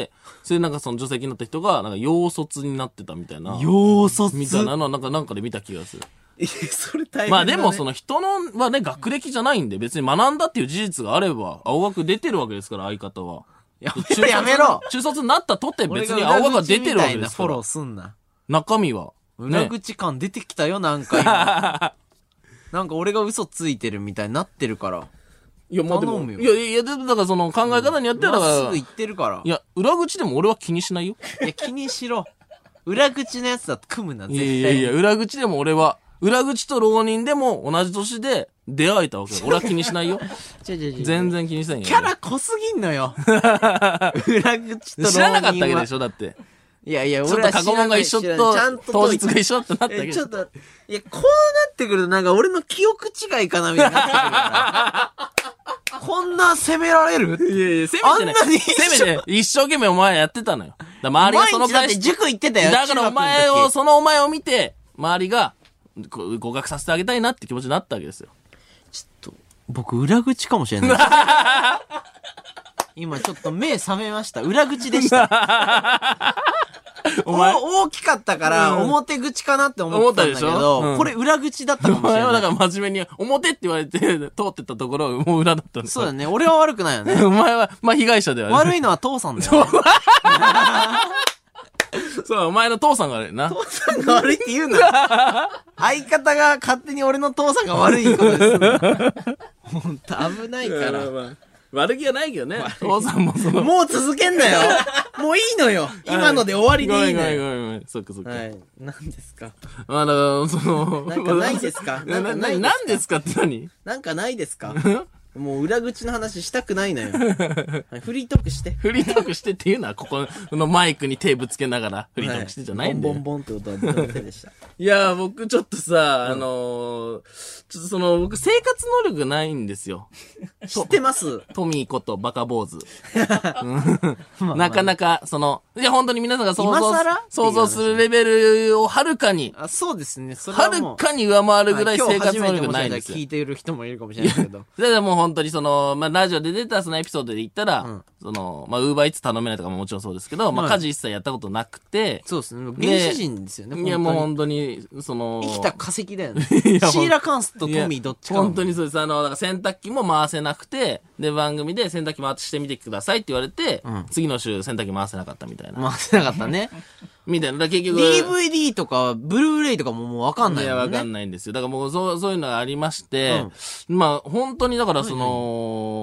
[SPEAKER 1] それなんか除籍になった人が、なんか幼卒になってたみたいな。
[SPEAKER 2] 幼卒
[SPEAKER 1] みたいなのなんかで見た気がする。
[SPEAKER 2] それ大変だね。
[SPEAKER 1] まあでも人のはね、学歴じゃないんで、別に学んだっていう事実があれば、青学出てるわけですから、相方は。
[SPEAKER 2] やめろ。
[SPEAKER 1] 中卒になったとって別に青学が出てるわけですから。
[SPEAKER 2] フォローすんな。
[SPEAKER 1] 中身は。
[SPEAKER 2] 裏口感出てきたよ、なんか今。なんか俺が嘘ついてるみたいになってるから。
[SPEAKER 1] いや、まあでも。いや、だから考え方によってはだから。
[SPEAKER 2] すぐ言ってるから。
[SPEAKER 1] いや、裏口でも俺は気にしないよ。
[SPEAKER 2] いや、気にしろ。裏口のやつだと組むな、絶対。
[SPEAKER 1] いや、裏口でも俺は、裏口と浪人でも同じ年で出会えたわけだ。俺は気にしないよ。全然気にしないよ。
[SPEAKER 2] キャラ濃すぎんのよ。裏口と浪人は。
[SPEAKER 1] 知らなかったわけでしょ、だって。
[SPEAKER 2] いやいや、
[SPEAKER 1] 俺は過去問が一緒と、当日が一緒ってなったけど。
[SPEAKER 2] ちょっと、いや、こうなってくるとなんか俺の記憶違いかなみたいになってくるから。こんな責められる？
[SPEAKER 1] いやいや、責めてない。責めて、一生懸命お前やってたのよ。周りがその
[SPEAKER 2] だって塾行ってたよ。
[SPEAKER 1] だからそのお前を見て、周りが、合格させてあげたいなって気持ちになったわけですよ。
[SPEAKER 2] ちょっと、僕裏口かもしれない。今ちょっと目覚めました。裏口でした。お前大きかったから表口かなって思ったんだけど、これ裏口だったかもしれない。
[SPEAKER 1] お前はだから真面目に表って言われて通ってったところもう裏だったんだ。
[SPEAKER 2] そうだね。俺は悪くないよね。
[SPEAKER 1] お前は、まあ被害者ではね。
[SPEAKER 2] 悪いのは父さんだよね。
[SPEAKER 1] そう、お前の父さんが悪いな。
[SPEAKER 2] 父さんが悪いって言うな。相方が勝手に俺の父さんが悪いことです。ほんと危ないから。
[SPEAKER 1] 悪気はないけどね。父さんも
[SPEAKER 2] もう続けんなよ。もういいのよ。今ので終わりでいいのよ。
[SPEAKER 1] ごめん。そっか。はい。
[SPEAKER 2] 何ですか？
[SPEAKER 1] まあ、
[SPEAKER 2] なんかないですか？
[SPEAKER 1] 何ですかって何？
[SPEAKER 2] なんかないですか？もう裏口の話したくないのよ。フリートークして。
[SPEAKER 1] フリートークしてっていうのは、ここのマイクに手ぶつけながらフリートークしてじゃないんだよ。
[SPEAKER 2] ボンボンボンって音はどうせでした。
[SPEAKER 1] いや、僕ちょっとさ、ちょっと僕生活能力ないんですよ。
[SPEAKER 2] 知ってます。
[SPEAKER 1] トミーことバカ坊主。なかなか、いや本当に皆さんが想像するレベルをはるかに、
[SPEAKER 2] そうですね。
[SPEAKER 1] はるかに上回るぐらい生活能力ないんですよ。
[SPEAKER 2] 聞いてる人もいるかもしれないけど。
[SPEAKER 1] でもう本当にまあ、ラジオで出たそのエピソードで言ったら、まあ、ウーバーイーツ頼めないとかももちろんそうですけど、まあ、家事一切やったことなくて。
[SPEAKER 2] そうですね。原始人ですよね。
[SPEAKER 1] いや、もう本当に、
[SPEAKER 2] 生きた化石だよね。シーラカンスとトミーどっちか。
[SPEAKER 1] 本当にそうです。だから洗濯機も回せなくて、で、番組で洗濯機回してみてくださいって言われて、次の週洗濯機回せなかったみたいな。
[SPEAKER 2] 回せなかったね。
[SPEAKER 1] みたいな。結局。
[SPEAKER 2] DVD とか、ブルーレイとかももうわかんないもんね。
[SPEAKER 1] いや、わかんないんですよ。だからもうそういうのがありまして、まあ、本当にだから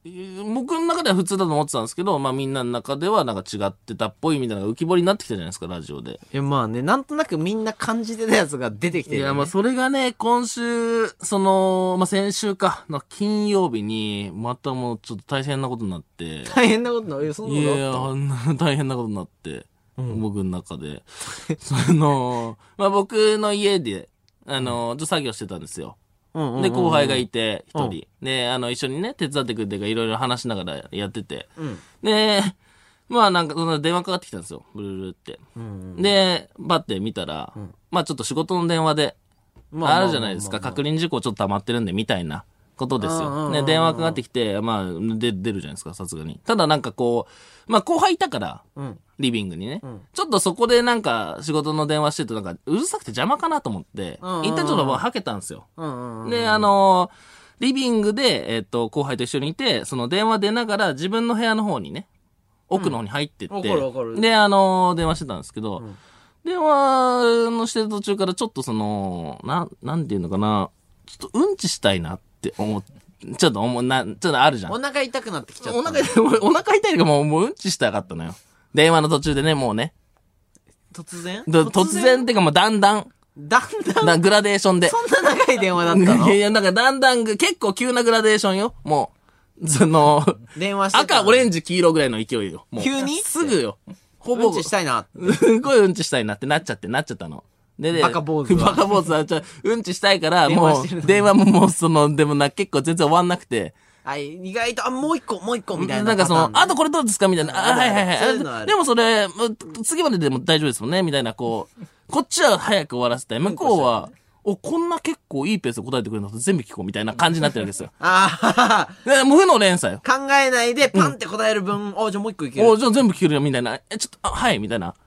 [SPEAKER 1] 僕の中では普通だと思ってたんですけど、まあみんなの中ではなんか違ってたっぽいみたいなのが浮き彫りになってきたじゃないですか、ラジオで。
[SPEAKER 2] いや、まあね、なんとなくみんな感じてたやつが出てきてる、ね。
[SPEAKER 1] いや、まあそれがね、今週、まあ先週か、の金曜日に、またもうちょっと大変なことになって。
[SPEAKER 2] 大変なことなの？そんなことあった？
[SPEAKER 1] いや、あんな大変なことになって、僕の中で。まあ僕の家で、ちょっと作業してたんですよ。で、後輩がいて、一人。で、一緒にね、手伝ってくれてか、いろいろ話しながらやってて。で、まあなんか、その電話かかってきたんですよ。ブルルルって。で、バッて見たら、まあちょっと仕事の電話で、あるじゃないですか。確認事項ちょっと溜まってるんで、みたいなことですよ。ね、電話かかってきて、まあ、出るじゃないですか、さすがに。ただなんかこう、まあ後輩いたから、リビングにね、ちょっとそこでなんか仕事の電話してるとなんかうるさくて邪魔かなと思って、一旦ちょっとはけたんですよ。で、リビングで、後輩と一緒にいて、その電話出ながら自分の部屋の方にね、奥の方に入ってって、で、電話してたんですけど、電話のしてる途中からちょっとなんていうのかな、ちょっとうんちしたいなって思って、ちょっとあるじゃん。
[SPEAKER 2] お腹痛くなってきちゃった。
[SPEAKER 1] お腹痛いがもううんちしたかったのよ。電話の途中でね、もうね。
[SPEAKER 2] 突然
[SPEAKER 1] ってかもうだんだんグラデーションで。
[SPEAKER 2] そんな長い電話だったの？
[SPEAKER 1] いや、なんかだんだん、結構急なグラデーションよ。もう、
[SPEAKER 2] 電話して
[SPEAKER 1] 赤、オレンジ、黄色ぐらいの勢いよ。もう
[SPEAKER 2] 急に
[SPEAKER 1] すぐよ。ほぼ。
[SPEAKER 2] うんちしたいな。
[SPEAKER 1] すごいうんちしたいなってなっちゃったの。で、
[SPEAKER 2] バカ坊主は。
[SPEAKER 1] バカ坊主は、うんちしたいから、もう、電話ももうでも結構全然終わんなくて。
[SPEAKER 2] 意外と、もう一個、みたいな。
[SPEAKER 1] なんかあとこれどうですかみたいな。はい。でもそれ、次まででも大丈夫ですもんねみたいな、こっちは早く終わらせたい。向こうは、こんな結構いいペースで答えてくれるのと全部聞こうみたいな感じになってるわけですよ。もう負の連鎖よ。
[SPEAKER 2] 考えないでパンって答える分、じゃあもう一個いける。
[SPEAKER 1] じゃあ全部聞けるよみたいな。ちょっと、はいみたいな。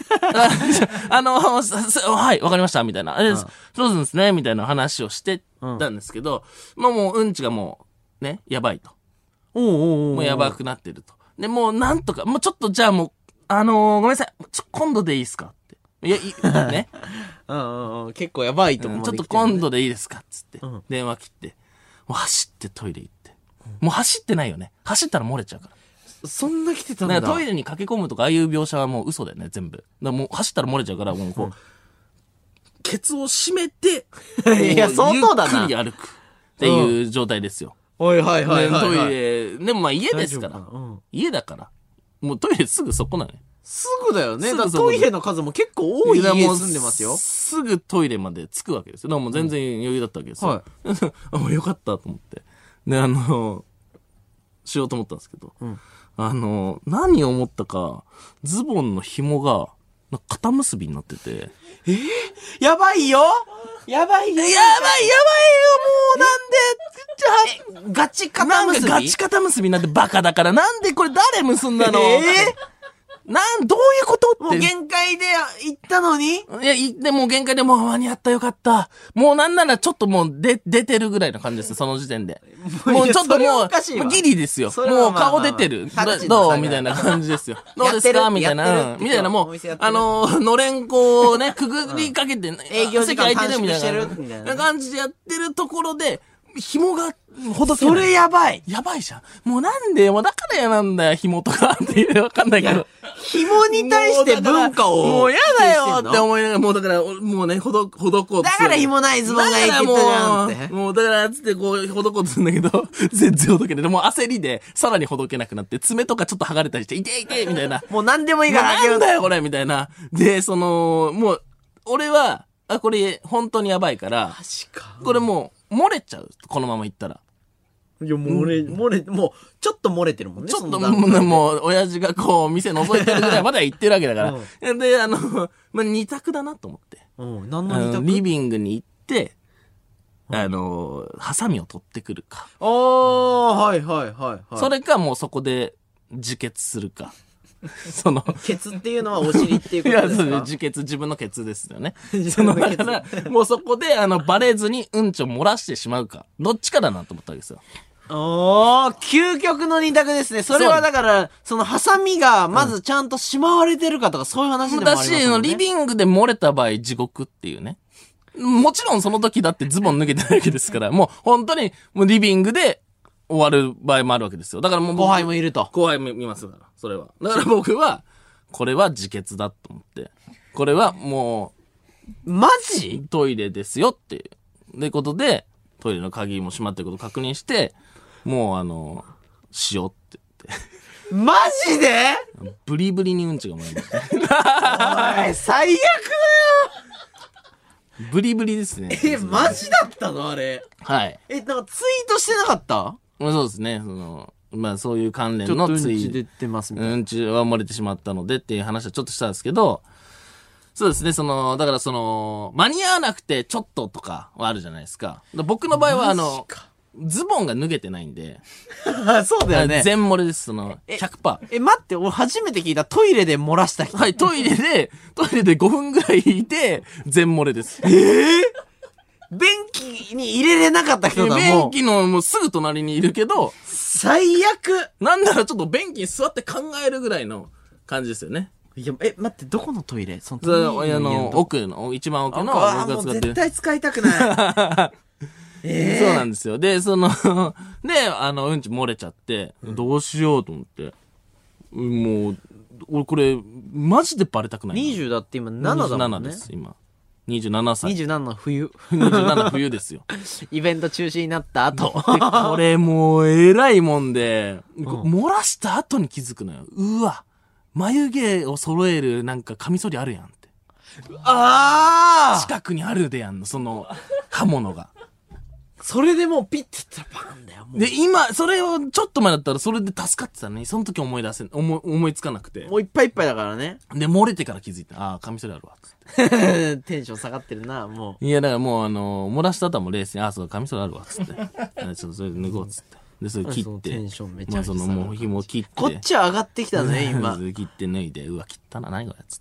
[SPEAKER 1] はい、わかりました、みたいな。そうですね、みたいな話をしてたんですけど、まあもううんちがもう、ね、やばいと。もうやばくなってると。で、もうなんとか、もうちょっとじゃあもう、ごめんなさい、今度でいいですかって。いや、ね。
[SPEAKER 2] 結構やばいと思う。
[SPEAKER 1] ちょっと今度でいいですかつって。電話切って。もう走ってトイレ行って。もう走ってないよね。走ったら漏れちゃうから。
[SPEAKER 2] そんな来てたんだ。
[SPEAKER 1] トイレに駆け込むとか、ああいう描写はもう嘘だよね、全部。もう走ったら漏れちゃうから、もうこう、ケツを締めて、
[SPEAKER 2] いや、相当だな。
[SPEAKER 1] ゆっくり歩くっていう状態ですよ。
[SPEAKER 2] はい。ト
[SPEAKER 1] イレ、でもまあ家ですから。家だから。もうトイレすぐそこなのよ。
[SPEAKER 2] すぐだよね。だトイレの数も結構多い家住んでますよ。
[SPEAKER 1] すぐトイレまで着くわけですよ。だからもう全然余裕だったわけですよ。もうよかったと思って。で、しようと思ったんですけど。何を思ったか、ズボンの紐が、肩結びになってて。
[SPEAKER 2] やばいよやばいよもうなんでガチ肩結び
[SPEAKER 1] なんかガチ肩結びなんてバカだから、なんでこれ誰結んだのどういうことって。
[SPEAKER 2] もう限界で行ったのに
[SPEAKER 1] いや、でも限界でもう間に合ったよかった。もうなんならちょっともう出てるぐらいの感じですよ、その時点で。もうちょっともう、ギリですよ。もう顔出てる。どうみたいな感じですよ。どうですかみたいな。みたいなもう、のれんこをね、くぐりかけて、
[SPEAKER 2] 営業時間短縮してる
[SPEAKER 1] みたいな感じでやってるところで、紐がほどけない。
[SPEAKER 2] それやばい。
[SPEAKER 1] やばいじゃん。もうなんで、もうだから嫌なんだよ、紐とかっていう、わかんないけど。
[SPEAKER 2] 紐に対して文化を。
[SPEAKER 1] もう嫌だよって思いながら、もうだから、もうね、ほどこうと。
[SPEAKER 2] だから紐ないズボンがいいって言ったじゃんって。
[SPEAKER 1] もうだから、つってこう、ほどこうとするんだけど、全然ほどけない。もう焦りで、さらにほどけなくなって、爪とかちょっと剥がれたりして、いてみたいな。
[SPEAKER 2] もう何でもいいから
[SPEAKER 1] なんだよ、これみたいな。で、もう、俺は、これ、本当にやばいから、これもう、漏れちゃう。このままいったら。
[SPEAKER 2] いや、もう、ちょっと漏れてるもんね。
[SPEAKER 1] ちょっともう、親父がこう、店覗いてるぐらいまでは行ってるわけだから。で、まあ、二択だなと思って。
[SPEAKER 2] 何の二択？
[SPEAKER 1] リビングに行って、ハサミを取ってくるか。
[SPEAKER 2] はい。
[SPEAKER 1] それか、もうそこで、自決するか。
[SPEAKER 2] ケツっていうのはお尻っていうことですか？いや、
[SPEAKER 1] 自分のケツですよね。だから、もうそこで、バレずにうんちを漏らしてしまうか。どっちかだなと思ったわけですよ。
[SPEAKER 2] 究極の二択ですね。それはだから、ハサミが、まずちゃんとしまわれてるかとか、そういう話でもありますもんね。
[SPEAKER 1] だし、リビングで漏れた場合、地獄っていうね。もちろんその時だってズボン脱げてないわけですから、もう本当に、もうリビングで、 終わる場合もあるわけですよ。だからもう
[SPEAKER 2] 後輩もいると。
[SPEAKER 1] 後輩も見ますから、それは。だから僕は、これは自決だと思って、これはも
[SPEAKER 2] マジ
[SPEAKER 1] う、トイレですよっていう。でことで、トイレの鍵も閉まってることを確認して、もうしようって言って。
[SPEAKER 2] マジで
[SPEAKER 1] ブリブリにうんちがもらいました。
[SPEAKER 2] おい、最悪
[SPEAKER 1] ブリブリですね。
[SPEAKER 2] だよ。マジだったのあれ。
[SPEAKER 1] はい。
[SPEAKER 2] なんかツイートしてなかった？
[SPEAKER 1] まあそうですね。まあそういう関連のツイ
[SPEAKER 2] うんち出てますみたいな。
[SPEAKER 1] うんちは漏れてしまったのでっていう話はちょっとしたんですけど、そうですね、だから間に合わなくてちょっととかはあるじゃないですか。僕の場合はズボンが脱げてないんで。
[SPEAKER 2] そうだよね。
[SPEAKER 1] 全漏れです、100%。
[SPEAKER 2] 待って、俺初めて聞いた。トイレで漏らした人。
[SPEAKER 1] はい、トイレで5分ぐらいいて、全漏れです。
[SPEAKER 2] 便器に入れれなかった人だもん。
[SPEAKER 1] 便器のもうすぐ隣にいるけど、
[SPEAKER 2] 最悪。
[SPEAKER 1] なんならちょっと便器に座って考えるぐらいの感じですよね。
[SPEAKER 2] いや、待って、どこのトイレ？
[SPEAKER 1] 一番奥の、
[SPEAKER 2] 僕が使ってる。もう絶対使いたくない。
[SPEAKER 1] そうなんですよ。で、うんち漏れちゃって、どうしようと思って。もう、俺これ、マジでバレたくない。
[SPEAKER 2] 20だって今7だもんね。
[SPEAKER 1] 27です、今。27歳。
[SPEAKER 2] 27の冬。
[SPEAKER 1] 27冬ですよ。
[SPEAKER 2] イベント中止になった後。
[SPEAKER 1] これもう、偉いもんで、漏らした後に気づくのよ。うわ、眉毛を揃えるなんかカミソリあるやんって。近くにあるでやんの、刃物が。
[SPEAKER 2] それでもうピッて言ったらパンだよ。もう
[SPEAKER 1] で、今、それをちょっと前だったらそれで助かってたのに、その時思いつかなくて。
[SPEAKER 2] もういっぱいいっぱいだからね。
[SPEAKER 1] で、漏れてから気づいた。カミソリあるわ。つっ
[SPEAKER 2] てテンション下がってるな、も
[SPEAKER 1] う。いや、だからもう漏らした後はもう冷静に、そう、カミソリあるわ。つって。ちょっとそれ脱ごう。つって。で、それ切って。
[SPEAKER 2] テンションめちゃくちゃ下がる。
[SPEAKER 1] もう紐切って。
[SPEAKER 2] こっちは上がってきたね、今。
[SPEAKER 1] 切って脱いで、うわ、切ったな、何これ。つって。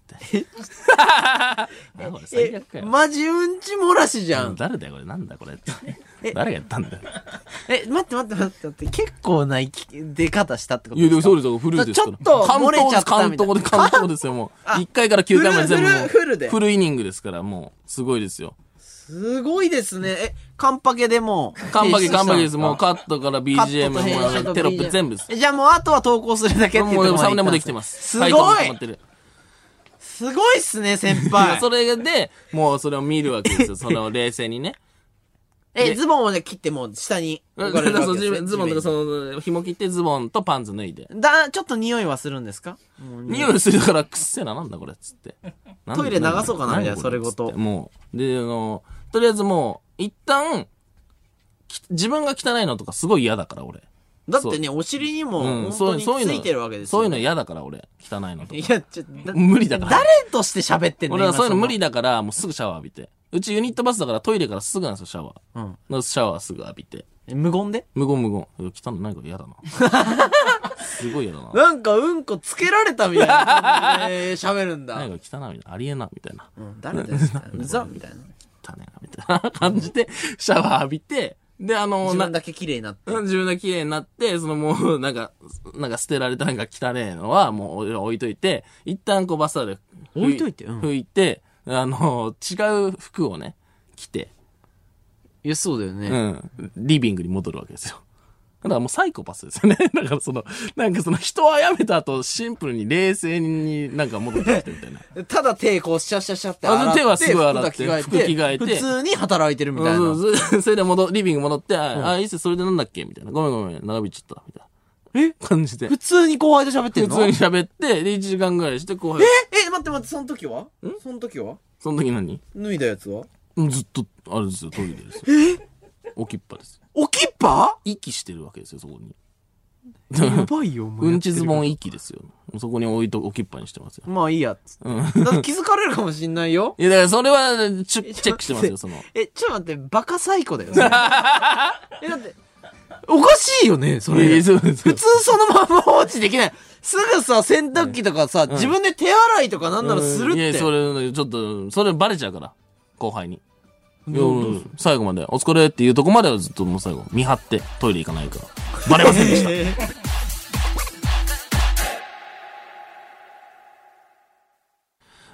[SPEAKER 1] 最悪かよ。
[SPEAKER 2] マジうんち漏らしじゃん。
[SPEAKER 1] 誰だよ、これ。なんだこれ。誰がやったんだよ。
[SPEAKER 2] 待って。結構な出方したってこと
[SPEAKER 1] ですか？いや、でもそうですよ。フルですから。
[SPEAKER 2] ちょっと漏れちゃったみたいな。
[SPEAKER 1] 関東ですよ、もう。1回から9回まで全部。フルイニングですから、もう。すごいですよ。
[SPEAKER 2] すごいですね。カンパケでもう。
[SPEAKER 1] カンパケです。もうカットから BGM もテロップ全部です。
[SPEAKER 2] じゃあもうあとは投稿するだけっていう
[SPEAKER 1] もうサムネもできてます。
[SPEAKER 2] すごいすごいっすね、先輩。
[SPEAKER 1] それで、もうそれを見るわけですよ。冷静にね。
[SPEAKER 2] ズボンをね、切ってもう下に置かれるわけです。
[SPEAKER 1] ズボンとか紐切ってズボンとパンツ脱いで。
[SPEAKER 2] ちょっと匂いはするんですか？
[SPEAKER 1] 匂いするからくっせえな、なんだこれっつって。
[SPEAKER 2] トイレ流そうかな、じゃあそれごと。
[SPEAKER 1] もう。で、とりあえずもう、一旦、自分が汚いのとかすごい嫌だから、俺。
[SPEAKER 2] だってね、お尻にも、本当についてるわけですよ。
[SPEAKER 1] そういうの嫌だから、俺。汚いのとか。
[SPEAKER 2] いや、
[SPEAKER 1] 無理だから。
[SPEAKER 2] 誰として喋ってんの？
[SPEAKER 1] 俺はそういうの無理だから、もうすぐシャワー浴びて。うちユニットバスだからトイレからすぐなんですよ、シャワー。シャワーすぐ浴びて。
[SPEAKER 2] 無言で？
[SPEAKER 1] 無言。汚い、何か嫌だな。すごい嫌だな。
[SPEAKER 2] なんかうんこつけられたみたいな感じで喋るんだ。
[SPEAKER 1] 何か汚いみたいな。ありえな、みたいな。
[SPEAKER 2] 誰だよ。うざみたいな。
[SPEAKER 1] 汚いな、みたいな感じで、シャワー浴びて、で、
[SPEAKER 2] 自分だけ綺麗になって。
[SPEAKER 1] 自分だけ綺麗になって、もう、なんか捨てられたなんか汚いのは、もう置いといて、一旦バスタオルで
[SPEAKER 2] 置いといて、
[SPEAKER 1] 拭いて、違う服をね、着て。
[SPEAKER 2] いや、そうだよね。
[SPEAKER 1] リビングに戻るわけですよ。だからもうサイコパスですよね。だからなんか人を殺めた後、シンプルに冷静になんか戻ってきてみたいな。
[SPEAKER 2] ただ手こうシャシャシャって洗って。
[SPEAKER 1] 手はすごい洗って、服着替えて。
[SPEAKER 2] 普通に働いてるみたいな。
[SPEAKER 1] それでリビング戻って、いいっす、それでなんだっけみたいな。ごめん、長引いちゃった。みたいな。感じで。
[SPEAKER 2] 普通に後輩と喋ってんの？
[SPEAKER 1] 普通に喋って、で、1時間ぐらいして後輩。
[SPEAKER 2] 待って、その時はその時何脱いだやつは
[SPEAKER 1] ずっと、あれですよ、トイレですよ。置きっぱです。
[SPEAKER 2] 置きっぱ？
[SPEAKER 1] 息してるわけですよ、そこに。
[SPEAKER 2] やばいよ、も
[SPEAKER 1] う。うんちズボン息ですよ。そこに置きっぱにしてますよ。
[SPEAKER 2] まあいいやっつって。だって気づかれるかもしんないよ。
[SPEAKER 1] いや、だからそれはチェックしてますよ、
[SPEAKER 2] ちょっと待って、バカサイコだよ。だって、おかしいよね、それ。普通そのまま放置できない。すぐさ、洗濯機とかさ、自分で手洗いとかなんならするって。
[SPEAKER 1] いや、それバレちゃうから、後輩に。最後まで、お疲れっていうとこまではずっともう最後、見張ってトイレ行かないから。バレませんでした。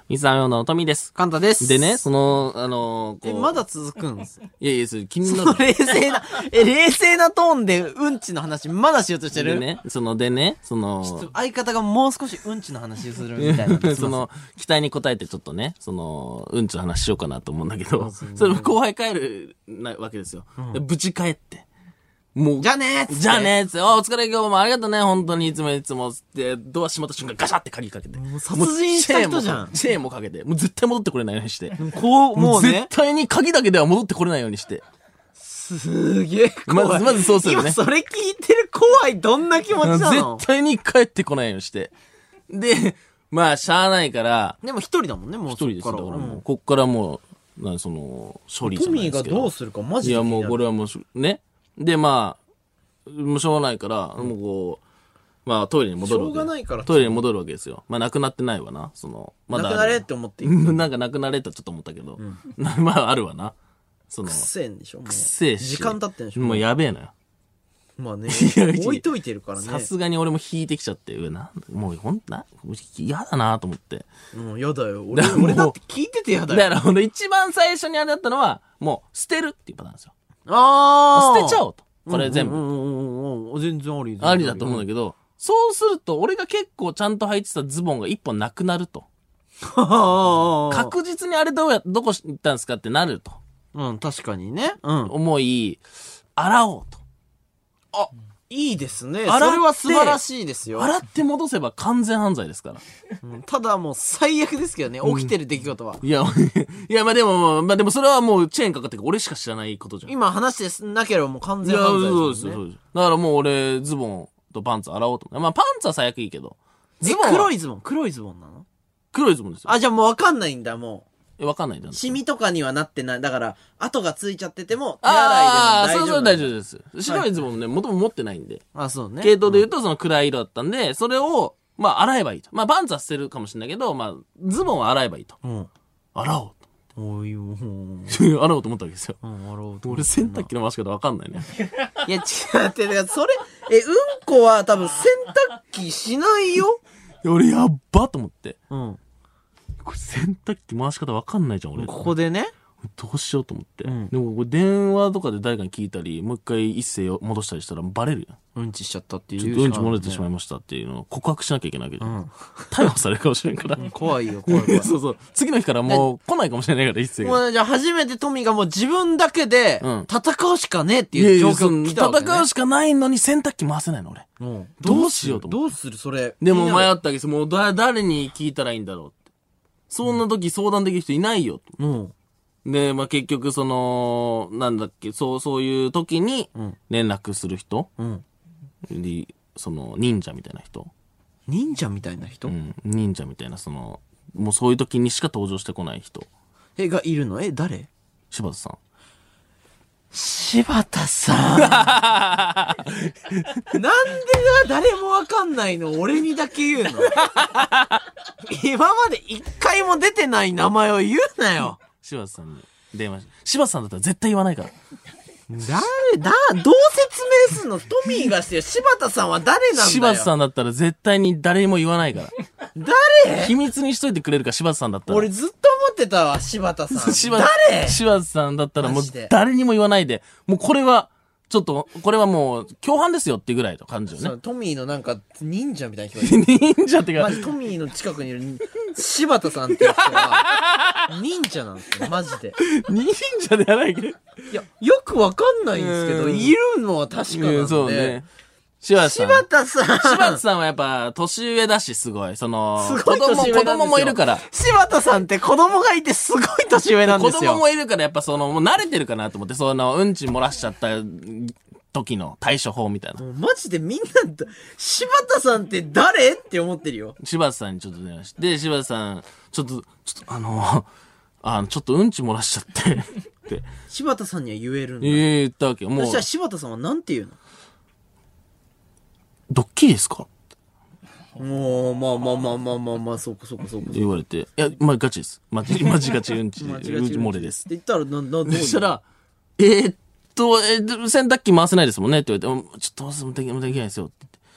[SPEAKER 1] ミサヨのトミーです。
[SPEAKER 2] カンタです。
[SPEAKER 1] でね、
[SPEAKER 2] まだ続くんです
[SPEAKER 1] いや、それ気になる。
[SPEAKER 2] 冷静なトーンでうんちの話まだしようとしてる？
[SPEAKER 1] でね、
[SPEAKER 2] 相方がもう少しうんちの話するみたいな。
[SPEAKER 1] 期待に応えてちょっとね、うんちの話しようかなと思うんだけど、それ後輩帰るわけですよ。ぶち帰って。もう、
[SPEAKER 2] じゃあねーっつって。
[SPEAKER 1] じゃあねーっつって、お疲れ今日もありがとうね、本当にいつもつって、ドア閉まった瞬間ガシャって鍵かけて。
[SPEAKER 2] もう殺人した人じゃん。
[SPEAKER 1] チェーンもかけて、もう絶対戻ってこれないようにして。
[SPEAKER 2] もうね。
[SPEAKER 1] 絶対に鍵だけでは戻ってこれないようにして。
[SPEAKER 2] すげえ怖い。
[SPEAKER 1] まずそうするね。
[SPEAKER 2] 今それ聞いてる怖い、どんな気持ちなの？
[SPEAKER 1] 絶対に帰ってこないようにして。で、まあ、しゃあないから。
[SPEAKER 2] でも一人だもんね、もう。
[SPEAKER 1] 一人ですよ。だからもう、こっからもう、処理じゃないですけど。トミ
[SPEAKER 2] ーがどうするかマジで。
[SPEAKER 1] いや、もうこれはもう、ね。で、まあ、もうしょうがないから、もうこう、まあトイレに戻るわけ。
[SPEAKER 2] しょうがないから。
[SPEAKER 1] トイレに戻るわけですよ。まあなくなってないわな。
[SPEAKER 2] まだ。なくなれって思っていい
[SPEAKER 1] なんかなくなれとちょっと思ったけど。まああるわな。
[SPEAKER 2] くっせえんでしょ？
[SPEAKER 1] くっせえし。
[SPEAKER 2] 時間経ってんでしょ？
[SPEAKER 1] もうやべえのよ。
[SPEAKER 2] まあね。置いといてるからね。
[SPEAKER 1] さすがに俺も引いてきちゃって、もうほんと嫌だなと思って。
[SPEAKER 2] 嫌だよ。俺だって聞いてて嫌だよ。
[SPEAKER 1] だから俺一番最初にあれだったのは、もう捨てるっていうパターンですよ。
[SPEAKER 2] 捨
[SPEAKER 1] てちゃおうと。これ全部。
[SPEAKER 2] 全然あり。
[SPEAKER 1] ありだと思うんだけど、そうすると、俺が結構ちゃんと履いてたズボンが一本なくなると。確実にあれどこ行ったんですかってなると。
[SPEAKER 2] 確かにね。
[SPEAKER 1] 思い、洗おうと。
[SPEAKER 2] あ、いいですね。それは素晴らしいですよ。
[SPEAKER 1] 洗って戻せば完全犯罪ですから。
[SPEAKER 2] ただもう最悪ですけどね、起きてる出来事は。
[SPEAKER 1] いや、まあでもそれはもうチェーンかかってるから俺しか知らないことじゃん。
[SPEAKER 2] 今話してなければもう完全犯罪ですよね。
[SPEAKER 1] そうです。だからもう俺、ズボンとパンツ洗おうと思って。まあパンツは最悪いいけど。
[SPEAKER 2] 黒いズボンなの？
[SPEAKER 1] 黒いズボンですよ。
[SPEAKER 2] あ、じゃあもうわかんないんだ、もう。
[SPEAKER 1] わかんないんだ。
[SPEAKER 2] シミとかにはなってない。だから、跡がついちゃってても、手洗いでも大丈夫。
[SPEAKER 1] そう大丈夫です。白いズボンね、元々持ってないんで。
[SPEAKER 2] そうね。
[SPEAKER 1] 系統で言うとその暗い色だったんで、それを、まあ洗えばいいと。まあパンツは捨てるかもしれないけど、まあ、ズボンは洗えばいいと。洗おうと。
[SPEAKER 2] おいよ。
[SPEAKER 1] 洗おうと思ったわけですよ。
[SPEAKER 2] 洗おうと。
[SPEAKER 1] 俺洗濯機の回し方わかんないね。
[SPEAKER 2] いや、違って、だからそれ、うんこは多分洗濯機しないよ。
[SPEAKER 1] 俺やっばと思って。これ洗濯機回し方わかんないじゃん、俺。
[SPEAKER 2] ここでね。
[SPEAKER 1] どうしようと思って。でもこれ電話とかで誰かに聞いたり、もう一回一斉を戻したりしたらバレるや
[SPEAKER 2] ん。うんちしちゃったっていう。
[SPEAKER 1] ちょっとうんち漏れてしまいましたっていうのを告白しなきゃいけないわけじゃん。逮捕されるかもしれんから。
[SPEAKER 2] 怖いよ。
[SPEAKER 1] そう。次の日からもう来ないかもしれないから、一斉が。
[SPEAKER 2] もうじゃあ初めてトミーがもう自分だけで、戦うしかねえっていう状況来たわけね。
[SPEAKER 1] 戦うしかないのに洗濯機回せないの、俺。どうしようと思って。
[SPEAKER 2] どうするそれ。
[SPEAKER 1] でも迷ったわけです。もう誰に聞いたらいいんだろうって。そんな時相談できる人いないよ。で、まあ、結局なんだっけ、そういう時に連絡する人、忍者みたいな人。
[SPEAKER 2] 忍者みたいな人？
[SPEAKER 1] 忍者みたいな、もうそういう時にしか登場してこない人。
[SPEAKER 2] がいるの？誰？
[SPEAKER 1] 柴田さん。
[SPEAKER 2] 柴田さん。なんで誰もわかんないの俺にだけ言うの？今まで一回も出てない名前を言うなよ。
[SPEAKER 1] 柴田さんに電話して。柴田さんだったら絶対言わないから。
[SPEAKER 2] どう説明すんの？トミーがしてよ。柴田さんは誰なんだよ。
[SPEAKER 1] 柴田さんだったら絶対に誰にも言わないから。
[SPEAKER 2] 誰？
[SPEAKER 1] 秘密にしといてくれるか、柴田さんだったら。
[SPEAKER 2] 俺ずっと思ってたわ、柴田さん。誰？
[SPEAKER 1] 柴田さんだったらもう誰にも言わないで、もうこれはもう共犯ですよっていうぐらいの感じよね。
[SPEAKER 2] トミーのなんか忍者みたいな人がいる。
[SPEAKER 1] 忍者ってか。
[SPEAKER 2] マジトミーの近くにいる柴田さんっていう人は、忍者なんですよ、マジで。
[SPEAKER 1] 忍者ではないけど。い
[SPEAKER 2] や、よくわかんないんですけど、いるのは確かなんで。
[SPEAKER 1] そうね。柴田さんはやっぱ年上だし、すごい。子供もいるから。
[SPEAKER 2] 柴田さんって子供がいてすごい年上なんですよ。
[SPEAKER 1] 子供もいるからやっぱもう慣れてるかなと思って、うんち漏らしちゃった時の対処法みたいな。
[SPEAKER 2] マジでみんな、柴田さんって誰って思ってるよ。
[SPEAKER 1] 柴田さんにちょっと電話して、柴田さん、ちょっとうんち漏らしちゃって。
[SPEAKER 2] 柴田さんには言えるんだ。
[SPEAKER 1] 言ったわけよ。もう。
[SPEAKER 2] そしたら柴田さんはなんて言うの？
[SPEAKER 1] ドッキリですか？
[SPEAKER 2] もう、まあ、そうか。
[SPEAKER 1] 言われて、いや、まあ、ガチです。マジガチうんち漏れです。
[SPEAKER 2] って言ったら、どう
[SPEAKER 1] そしたら、洗濯機回せないですもんねって言われて、ちょっとできないですよって言って。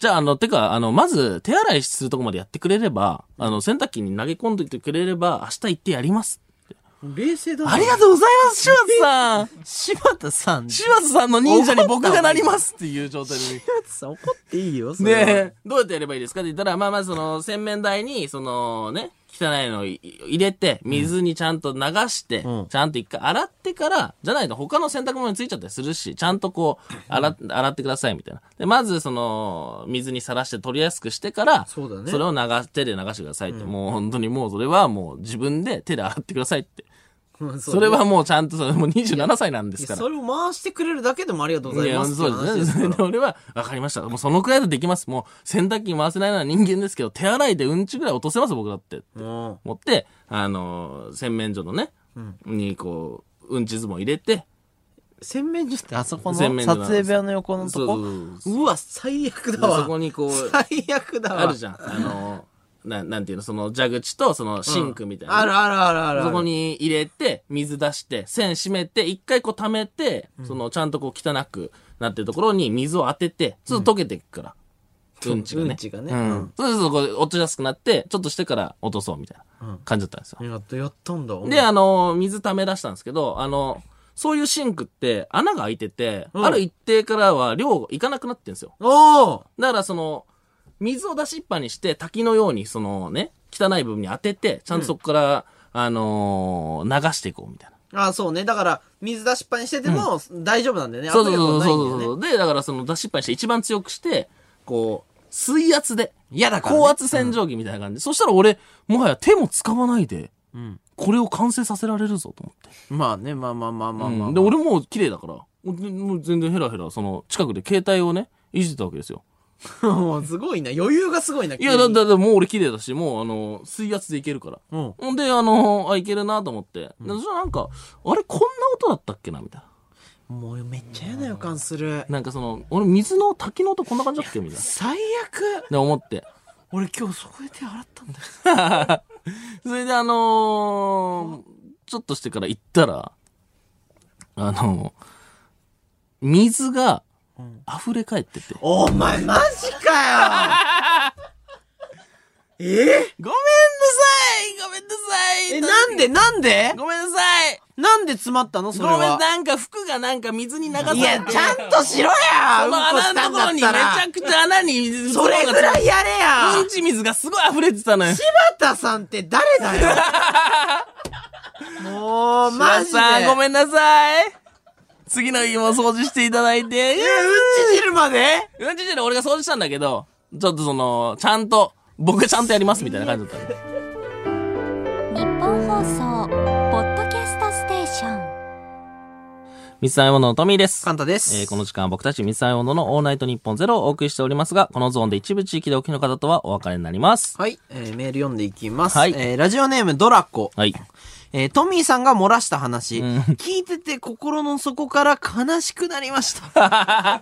[SPEAKER 1] じゃあ、てか、まず、手洗いするとこまでやってくれれば、洗濯機に投げ込んでいてくれれば、明日行ってやります。
[SPEAKER 2] 冷静だな。
[SPEAKER 1] ありがとうございます、柴田さん。
[SPEAKER 2] 柴田さん。
[SPEAKER 1] 柴田さんの忍者に僕がなりますっていう状態で。
[SPEAKER 2] 柴田さん怒っていいよ、それは。
[SPEAKER 1] で、どうやってやればいいですかって言ったら、まず洗面台に、汚いのを入れて、水にちゃんと流して、ちゃんと一回洗ってから、じゃないと他の洗濯物についちゃったりするし、ちゃんと洗ってくださいみたいな。で、まず水にさらして取りやすくしてから、
[SPEAKER 2] そうだね。
[SPEAKER 1] それを手で流してくださいって、もう本当にもうそれはもう自分で手で洗ってくださいって。それはもうちゃんともう27歳なんですから。
[SPEAKER 2] それを回してくれるだけでもありがとうございます。
[SPEAKER 1] そうですね。俺は、わかりました。もうそのくらいでできます。もう洗濯機回せないような人間ですけど、手洗いでうんちぐらい落とせます僕だって。思って、洗面所のね、にうんち相撲入れて、
[SPEAKER 2] 洗面所ってあそこの撮影部屋の横のとこ。うわ、最悪だわ。
[SPEAKER 1] そこに
[SPEAKER 2] 最悪だわ。
[SPEAKER 1] あるじゃん。なんていうの、蛇口とシンクみたいな、
[SPEAKER 2] ある。
[SPEAKER 1] そこに入れて、水出して、線閉めて、一回溜めて、ちゃんと汚くなってるところに水を当てて、ちょっと溶けていくから。うんちがね。
[SPEAKER 2] うんちがね。
[SPEAKER 1] そうすると落としやすくなって、ちょっとしてから落とそうみたいな感じだったんですよ。
[SPEAKER 2] やったんだ。
[SPEAKER 1] で、水溜め出したんですけど、そういうシンクって穴が開いてて、ある一定からは量いかなくなってんですよ。だから水を出しっぱにして滝のように汚い部分に当てて、ちゃんとそこから、流していこうみたいな。
[SPEAKER 2] そうね。だから、水出しっぱにしてても大丈夫なんだよね。
[SPEAKER 1] そう。で、だから出しっぱにして一番強くして、水圧で。
[SPEAKER 2] 嫌だから、
[SPEAKER 1] 高圧洗浄機みたいな感じ。そしたら俺、もはや手も使わないで、これを完成させられるぞと思って。
[SPEAKER 2] まあね、まあ。
[SPEAKER 1] で、俺もう綺麗だから、もう全然ヘラヘラ、近くで携帯をね、いじってたわけですよ。
[SPEAKER 2] もうすごいな。余裕がすごいな。
[SPEAKER 1] いや、だもう俺綺麗だし、もう水圧でいけるから。ほんで、いけるなと思って。そしたらなんか、あれこんな音だったっけなみたい
[SPEAKER 2] な。もうめっちゃ嫌な予感する。
[SPEAKER 1] なんか俺水の滝の音こんな感じだっけみたいな。
[SPEAKER 2] 最悪
[SPEAKER 1] で思って。
[SPEAKER 2] 俺今日そこで手洗ったんだよ。
[SPEAKER 1] それでちょっとしてから行ったら、水が、溢れ返ってて。
[SPEAKER 2] お前マジかよ
[SPEAKER 1] ごめんなさい
[SPEAKER 2] なんで
[SPEAKER 1] ごめんなさい
[SPEAKER 2] なんで詰まったのそれは。
[SPEAKER 1] ごめん、なんか服が水に流されて。
[SPEAKER 2] いや、ちゃんとしろや
[SPEAKER 1] その穴のところにめちゃくちゃ穴に水
[SPEAKER 2] それぐらいやれや
[SPEAKER 1] うんち水がすごい溢れてたのよ。
[SPEAKER 2] 柴田さんって誰だよもう、マジで。
[SPEAKER 1] ごめんなさい次の日も掃除していただいて。
[SPEAKER 2] うんち汁まで
[SPEAKER 1] うんち汁俺が掃除したんだけど、ちょっとちゃんと、僕がちゃんとやりますみたいな感じだったね。
[SPEAKER 3] 日本放送ポッドキャストステーション。
[SPEAKER 1] ミスアイモノのトミーです。
[SPEAKER 2] カンタです。
[SPEAKER 1] この時間は僕たちミスアイモノのオールナイトニッポンゼロをお送りしておりますが、このゾーンで一部地域でお聞きの方とはお別れになります。
[SPEAKER 2] はい、メール読んでいきます。
[SPEAKER 1] はい、
[SPEAKER 2] ラジオネームドラコ。
[SPEAKER 1] はい。
[SPEAKER 2] トミーさんが漏らした話、聞いてて心の底から悲しくなりました。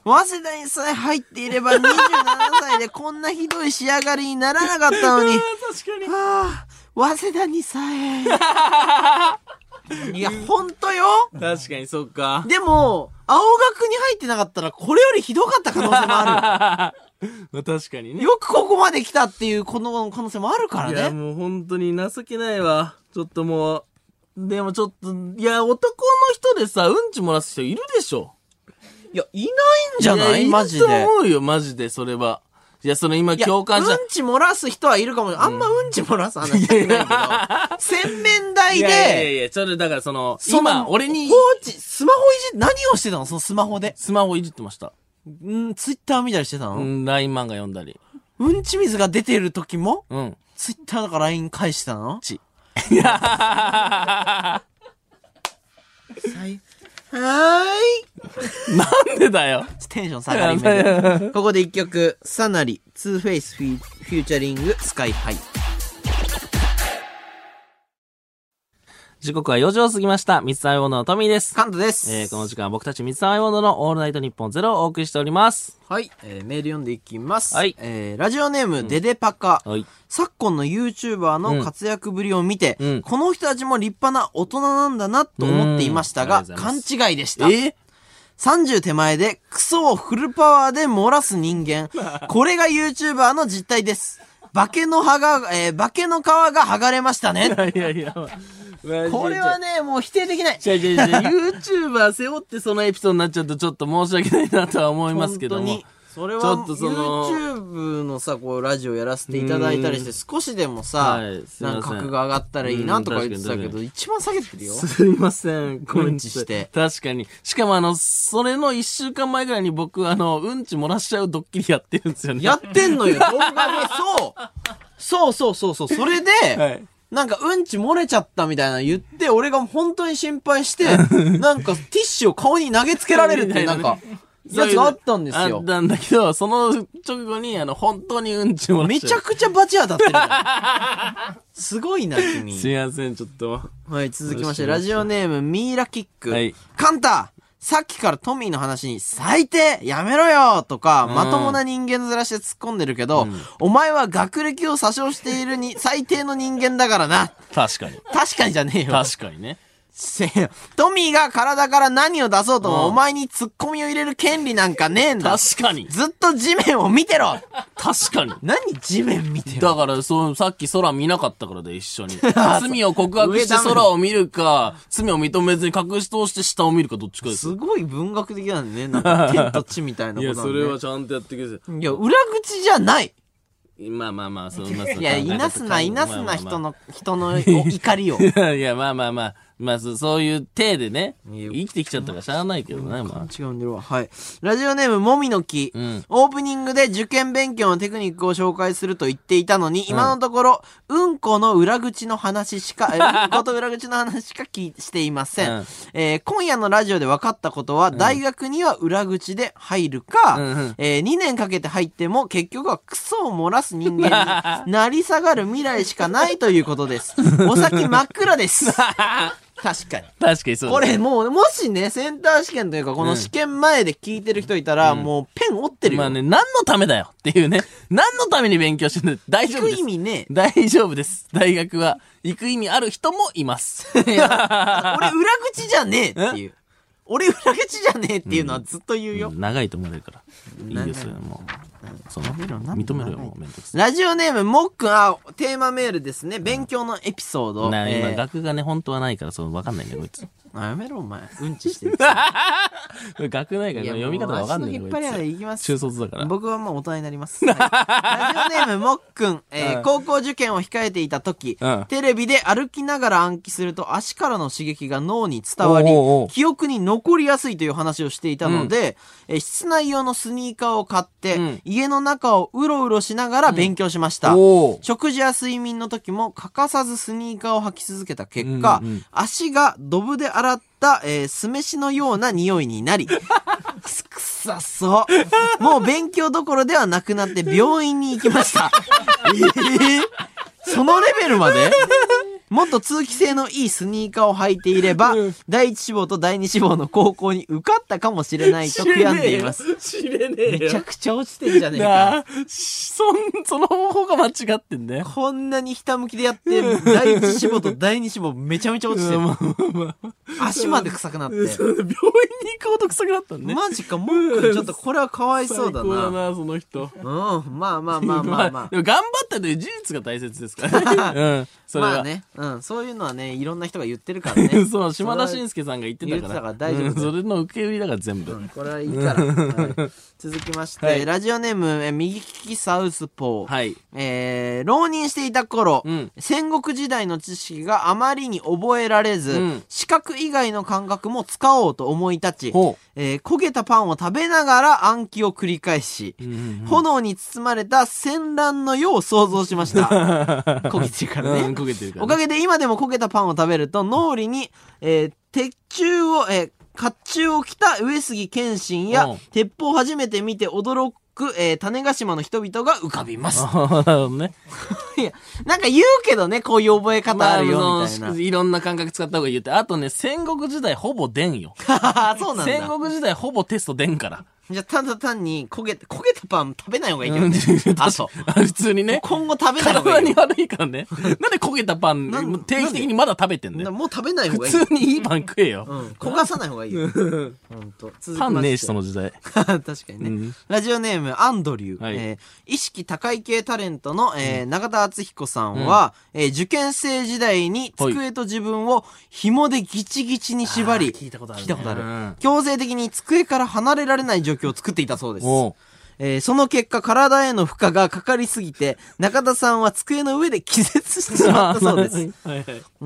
[SPEAKER 2] 早稲田にさえ入っていれば27歳でこんなひどい仕上がりにならなかったのに。
[SPEAKER 1] 確かに。
[SPEAKER 2] 早稲田にさえ。いや、ほんとよ。
[SPEAKER 1] 確かに、そっか。
[SPEAKER 2] でも、青学に入ってなかったらこれよりひどかった可能性もあ
[SPEAKER 1] る。確かにね。
[SPEAKER 2] よくここまで来たっていうこの可能性もあるからね。
[SPEAKER 1] いや、もう本当に情けないわ。ちょっともう。でもちょっと、いや、男の人でさ、うんち漏らす人いるでしょ。
[SPEAKER 2] いや、いないんじゃないマジで。
[SPEAKER 1] いると思うよ、マジで、それは。いや、今共感じゃ。
[SPEAKER 2] うんち漏らす人はいるかも。あんまうんち漏らす話してないけど。洗面台で。
[SPEAKER 1] いや、ちょっとだから今、俺に。
[SPEAKER 2] 放置、スマホいじ、何をしてたのそのスマホで。
[SPEAKER 1] スマホいじってました。
[SPEAKER 2] ツイッター見たりしてたの
[SPEAKER 1] LINE 漫画読んだり。
[SPEAKER 2] うんち水が出てる時も
[SPEAKER 1] ツ
[SPEAKER 2] イッターだから LINE 返してたの
[SPEAKER 1] いや
[SPEAKER 2] はーい。
[SPEAKER 1] なんでだよ。
[SPEAKER 2] テンション下がり目で。ここで一曲、サナリ、ツーフェイスフューチャリング、スカイハイ。
[SPEAKER 1] 時刻は4時を過ぎました。ミスアイモノのトミーです。
[SPEAKER 2] カントです。
[SPEAKER 1] この時間は僕たちミスアイモノのオールナイトニッポンゼロをお送りしております。
[SPEAKER 2] はい。メール読んでいきます。
[SPEAKER 1] はい。
[SPEAKER 2] ラジオネーム、デデパカ。
[SPEAKER 1] はい。
[SPEAKER 2] 昨今の YouTuber の活躍ぶりを見て、この人たちも立派な大人なんだなと思っていましたが、勘違いでした。 30手前でクソをフルパワーで漏らす人間。これが YouTuber の実態です。化けの皮が剥がれましたね。
[SPEAKER 1] いやいや、
[SPEAKER 2] これはね、もう否定できない。
[SPEAKER 1] YouTuber 背負ってそのエピソードになっちゃうとちょっと申し訳ないなとは思いますけども。
[SPEAKER 2] 本当に。それは、YouTube のさ、こう、ラジオやらせていただいたりして、少しでもさ、なんか格が上がったらいいなとか言ってたけど、一番下げてるよ。
[SPEAKER 1] すいません。
[SPEAKER 2] うんちして。
[SPEAKER 1] 確かに。しかもそれの1週間前ぐらいに僕、うんち漏らしちゃうドッキリやってるんですよね。
[SPEAKER 2] やってんのよ、動画で。そう。それで、はい、なんかうんち漏れちゃったみたいなの言って、俺が本当に心配して、なんかティッシュを顔に投げつけられるって、なんか、やつがあったんですよ。
[SPEAKER 1] あったんだけど、その直後に、本当にうんち漏らし
[SPEAKER 2] めちゃくちゃバチ当たってるから。すごいな、君。
[SPEAKER 1] すいません、ちょっと。
[SPEAKER 2] はい、続きまして、ラジオネーム、ミイラキック。はい。カンタさっきからトミーの話に、最低やめろよとか、まともな人間のずらして突っ込んでるけど、お前は学歴を詐称している最低の人間だからな。
[SPEAKER 1] 確かに。
[SPEAKER 2] 確かにじゃねえよ。
[SPEAKER 1] 確かにね。
[SPEAKER 2] トミーが体から何を出そうとも、お前にツッコミを入れる権利なんかねえんだ。
[SPEAKER 1] 確かに。
[SPEAKER 2] ずっと地面を見てろ。
[SPEAKER 1] 確かに。
[SPEAKER 2] 何地面見てろ。
[SPEAKER 1] だから、さっき空見なかったからで一緒に。罪を告白して空を見るか、罪を認めずに隠し通して下を見るかどっちかです。
[SPEAKER 2] すごい文学的なんね。なんか天と地みたいなことなんね。
[SPEAKER 1] いや、それはちゃんとやってください。
[SPEAKER 2] いや、裏口じゃない。
[SPEAKER 1] まあ、そう、
[SPEAKER 2] いや、いなすな人の怒りを。
[SPEAKER 1] いや、まあ、そういう体でね、生きてきちゃったからしゃあないけどね、まあ。
[SPEAKER 2] 違うんだろう。はい。ラジオネーム、もみの木。オープニングで受験勉強のテクニックを紹介すると言っていたのに、今のところ、うんこの裏口の話しか、うんこと裏口の話しかしていません。今夜のラジオで分かったことは、大学には裏口で入るか、2年かけて入っても結局はクソを漏らす人間になり下がる未来しかないということです。お先真っ暗です。確かにそう。これもう、もしね、センター試験というか、この試験前で聞いてる人いたら、もうペン折ってるよ。
[SPEAKER 1] まあね、何のためだよっていうね。何のために勉強してるの大丈夫です。
[SPEAKER 2] 行く意味ね。
[SPEAKER 1] 大丈夫です。大学は。行く意味ある人もいます。
[SPEAKER 2] いや、俺裏口じゃねえっていう。俺裏口じゃねえっていうのはずっと言うよ。
[SPEAKER 1] 長いと思われるから。いいですよ、もう。認めろよ、もうめんどくさい。
[SPEAKER 2] ラジオネーム、もっくん、テーマメールですね。勉強のエピソード。
[SPEAKER 1] 今、学がね、本当はないから、わかんないんだよ、こいつ。
[SPEAKER 2] やめろ、お前。うんちしてる。
[SPEAKER 1] 学ないから読み方わかんないよ、こいつ。
[SPEAKER 2] 引っ張り上げいきます。
[SPEAKER 1] 中卒だから。
[SPEAKER 2] 僕はもう大人になります。ラジオネーム、もっくん、高校受験を控えていた時、テレビで歩きながら暗記すると足からの刺激が脳に伝わり、記憶に残りやすいという話をしていたので、室内用のスニーカーを買って、家の中をうろうろしながら勉強しました。食事や睡眠の時も欠かさずスニーカーを履き続けた結果、足がドブで洗った、酢飯のような匂いになり、くさそう。もう勉強どころではなくなって病院に行きました。そのレベルまでもっと通気性のいいスニーカーを履いていれば、第一志望と第二志望の高校に受かったかもしれないと悔やんでいます。
[SPEAKER 1] 知れねえよ。
[SPEAKER 2] めちゃくちゃ落ちてんじゃねえか。
[SPEAKER 1] その方法が間違ってんね。
[SPEAKER 2] こんなにひたむきでやって、第一志望と第二志望めちゃめちゃ落ちてる。足まで臭くなって。病院に
[SPEAKER 1] 行くほど臭くなったんね。
[SPEAKER 2] マジか、もうちょっとこれはかわいそうだな。
[SPEAKER 1] 最高だな、その人。
[SPEAKER 2] まあ。
[SPEAKER 1] でも頑張ったという事実が大切ですからね。
[SPEAKER 2] まあね。そういうのはね、いろんな人が言ってるからね。
[SPEAKER 1] そう、島田紳介さんが言ってたから。
[SPEAKER 2] 大丈夫。
[SPEAKER 1] それの受け売りだから全部。
[SPEAKER 2] これはいいから。続きまして、ラジオネーム、右利きサウスポー。はい。浪人していた頃、戦国時代の知識があまりに覚えられず、視覚以外の感覚も使おうと思い立ち、焦げたパンを食べながら暗記を繰り返し、炎に包まれた戦乱の世を想像しました。焦げてるからね。おかげで今でも焦げたパンを食べると脳裏に、甲冑を着た上杉謙信や、鉄砲を初めて見て驚く、種子島の人々が浮かびます。
[SPEAKER 1] なるほどね。
[SPEAKER 2] いや、なんか言うけどね、こういう覚え方あるよ、みたいな。
[SPEAKER 1] いろんな感覚使った方がいいって。あとね、戦国時代ほぼ出んよ。
[SPEAKER 2] そうなんだ。
[SPEAKER 1] 戦国時代ほぼテスト出んから。
[SPEAKER 2] じゃあ、ただ単に焦げたパン食べない方がいいけどね。あと。
[SPEAKER 1] 普通にね。
[SPEAKER 2] 今後食べない方がいい。
[SPEAKER 1] 体に悪いからね。なんで焦げたパン、定期的にまだ食べてんね
[SPEAKER 2] もう食べない方がいい。
[SPEAKER 1] 普通にいいパン食えよ。
[SPEAKER 2] 焦がさない方がいいよ。ほんと。
[SPEAKER 1] パンねえし、その時代。
[SPEAKER 2] 確かにね。ラジオネーム、アンドリュー。意識高い系タレントの中田敦彦さんは、受験生時代に机と自分を紐でギチギチに縛り、
[SPEAKER 1] 聞いたことある。
[SPEAKER 2] 強制的に机から離れられない状況を作っていたそうです。その結果、体への負荷がかかりすぎて、中田さんは机の上で気絶してしまったそうです。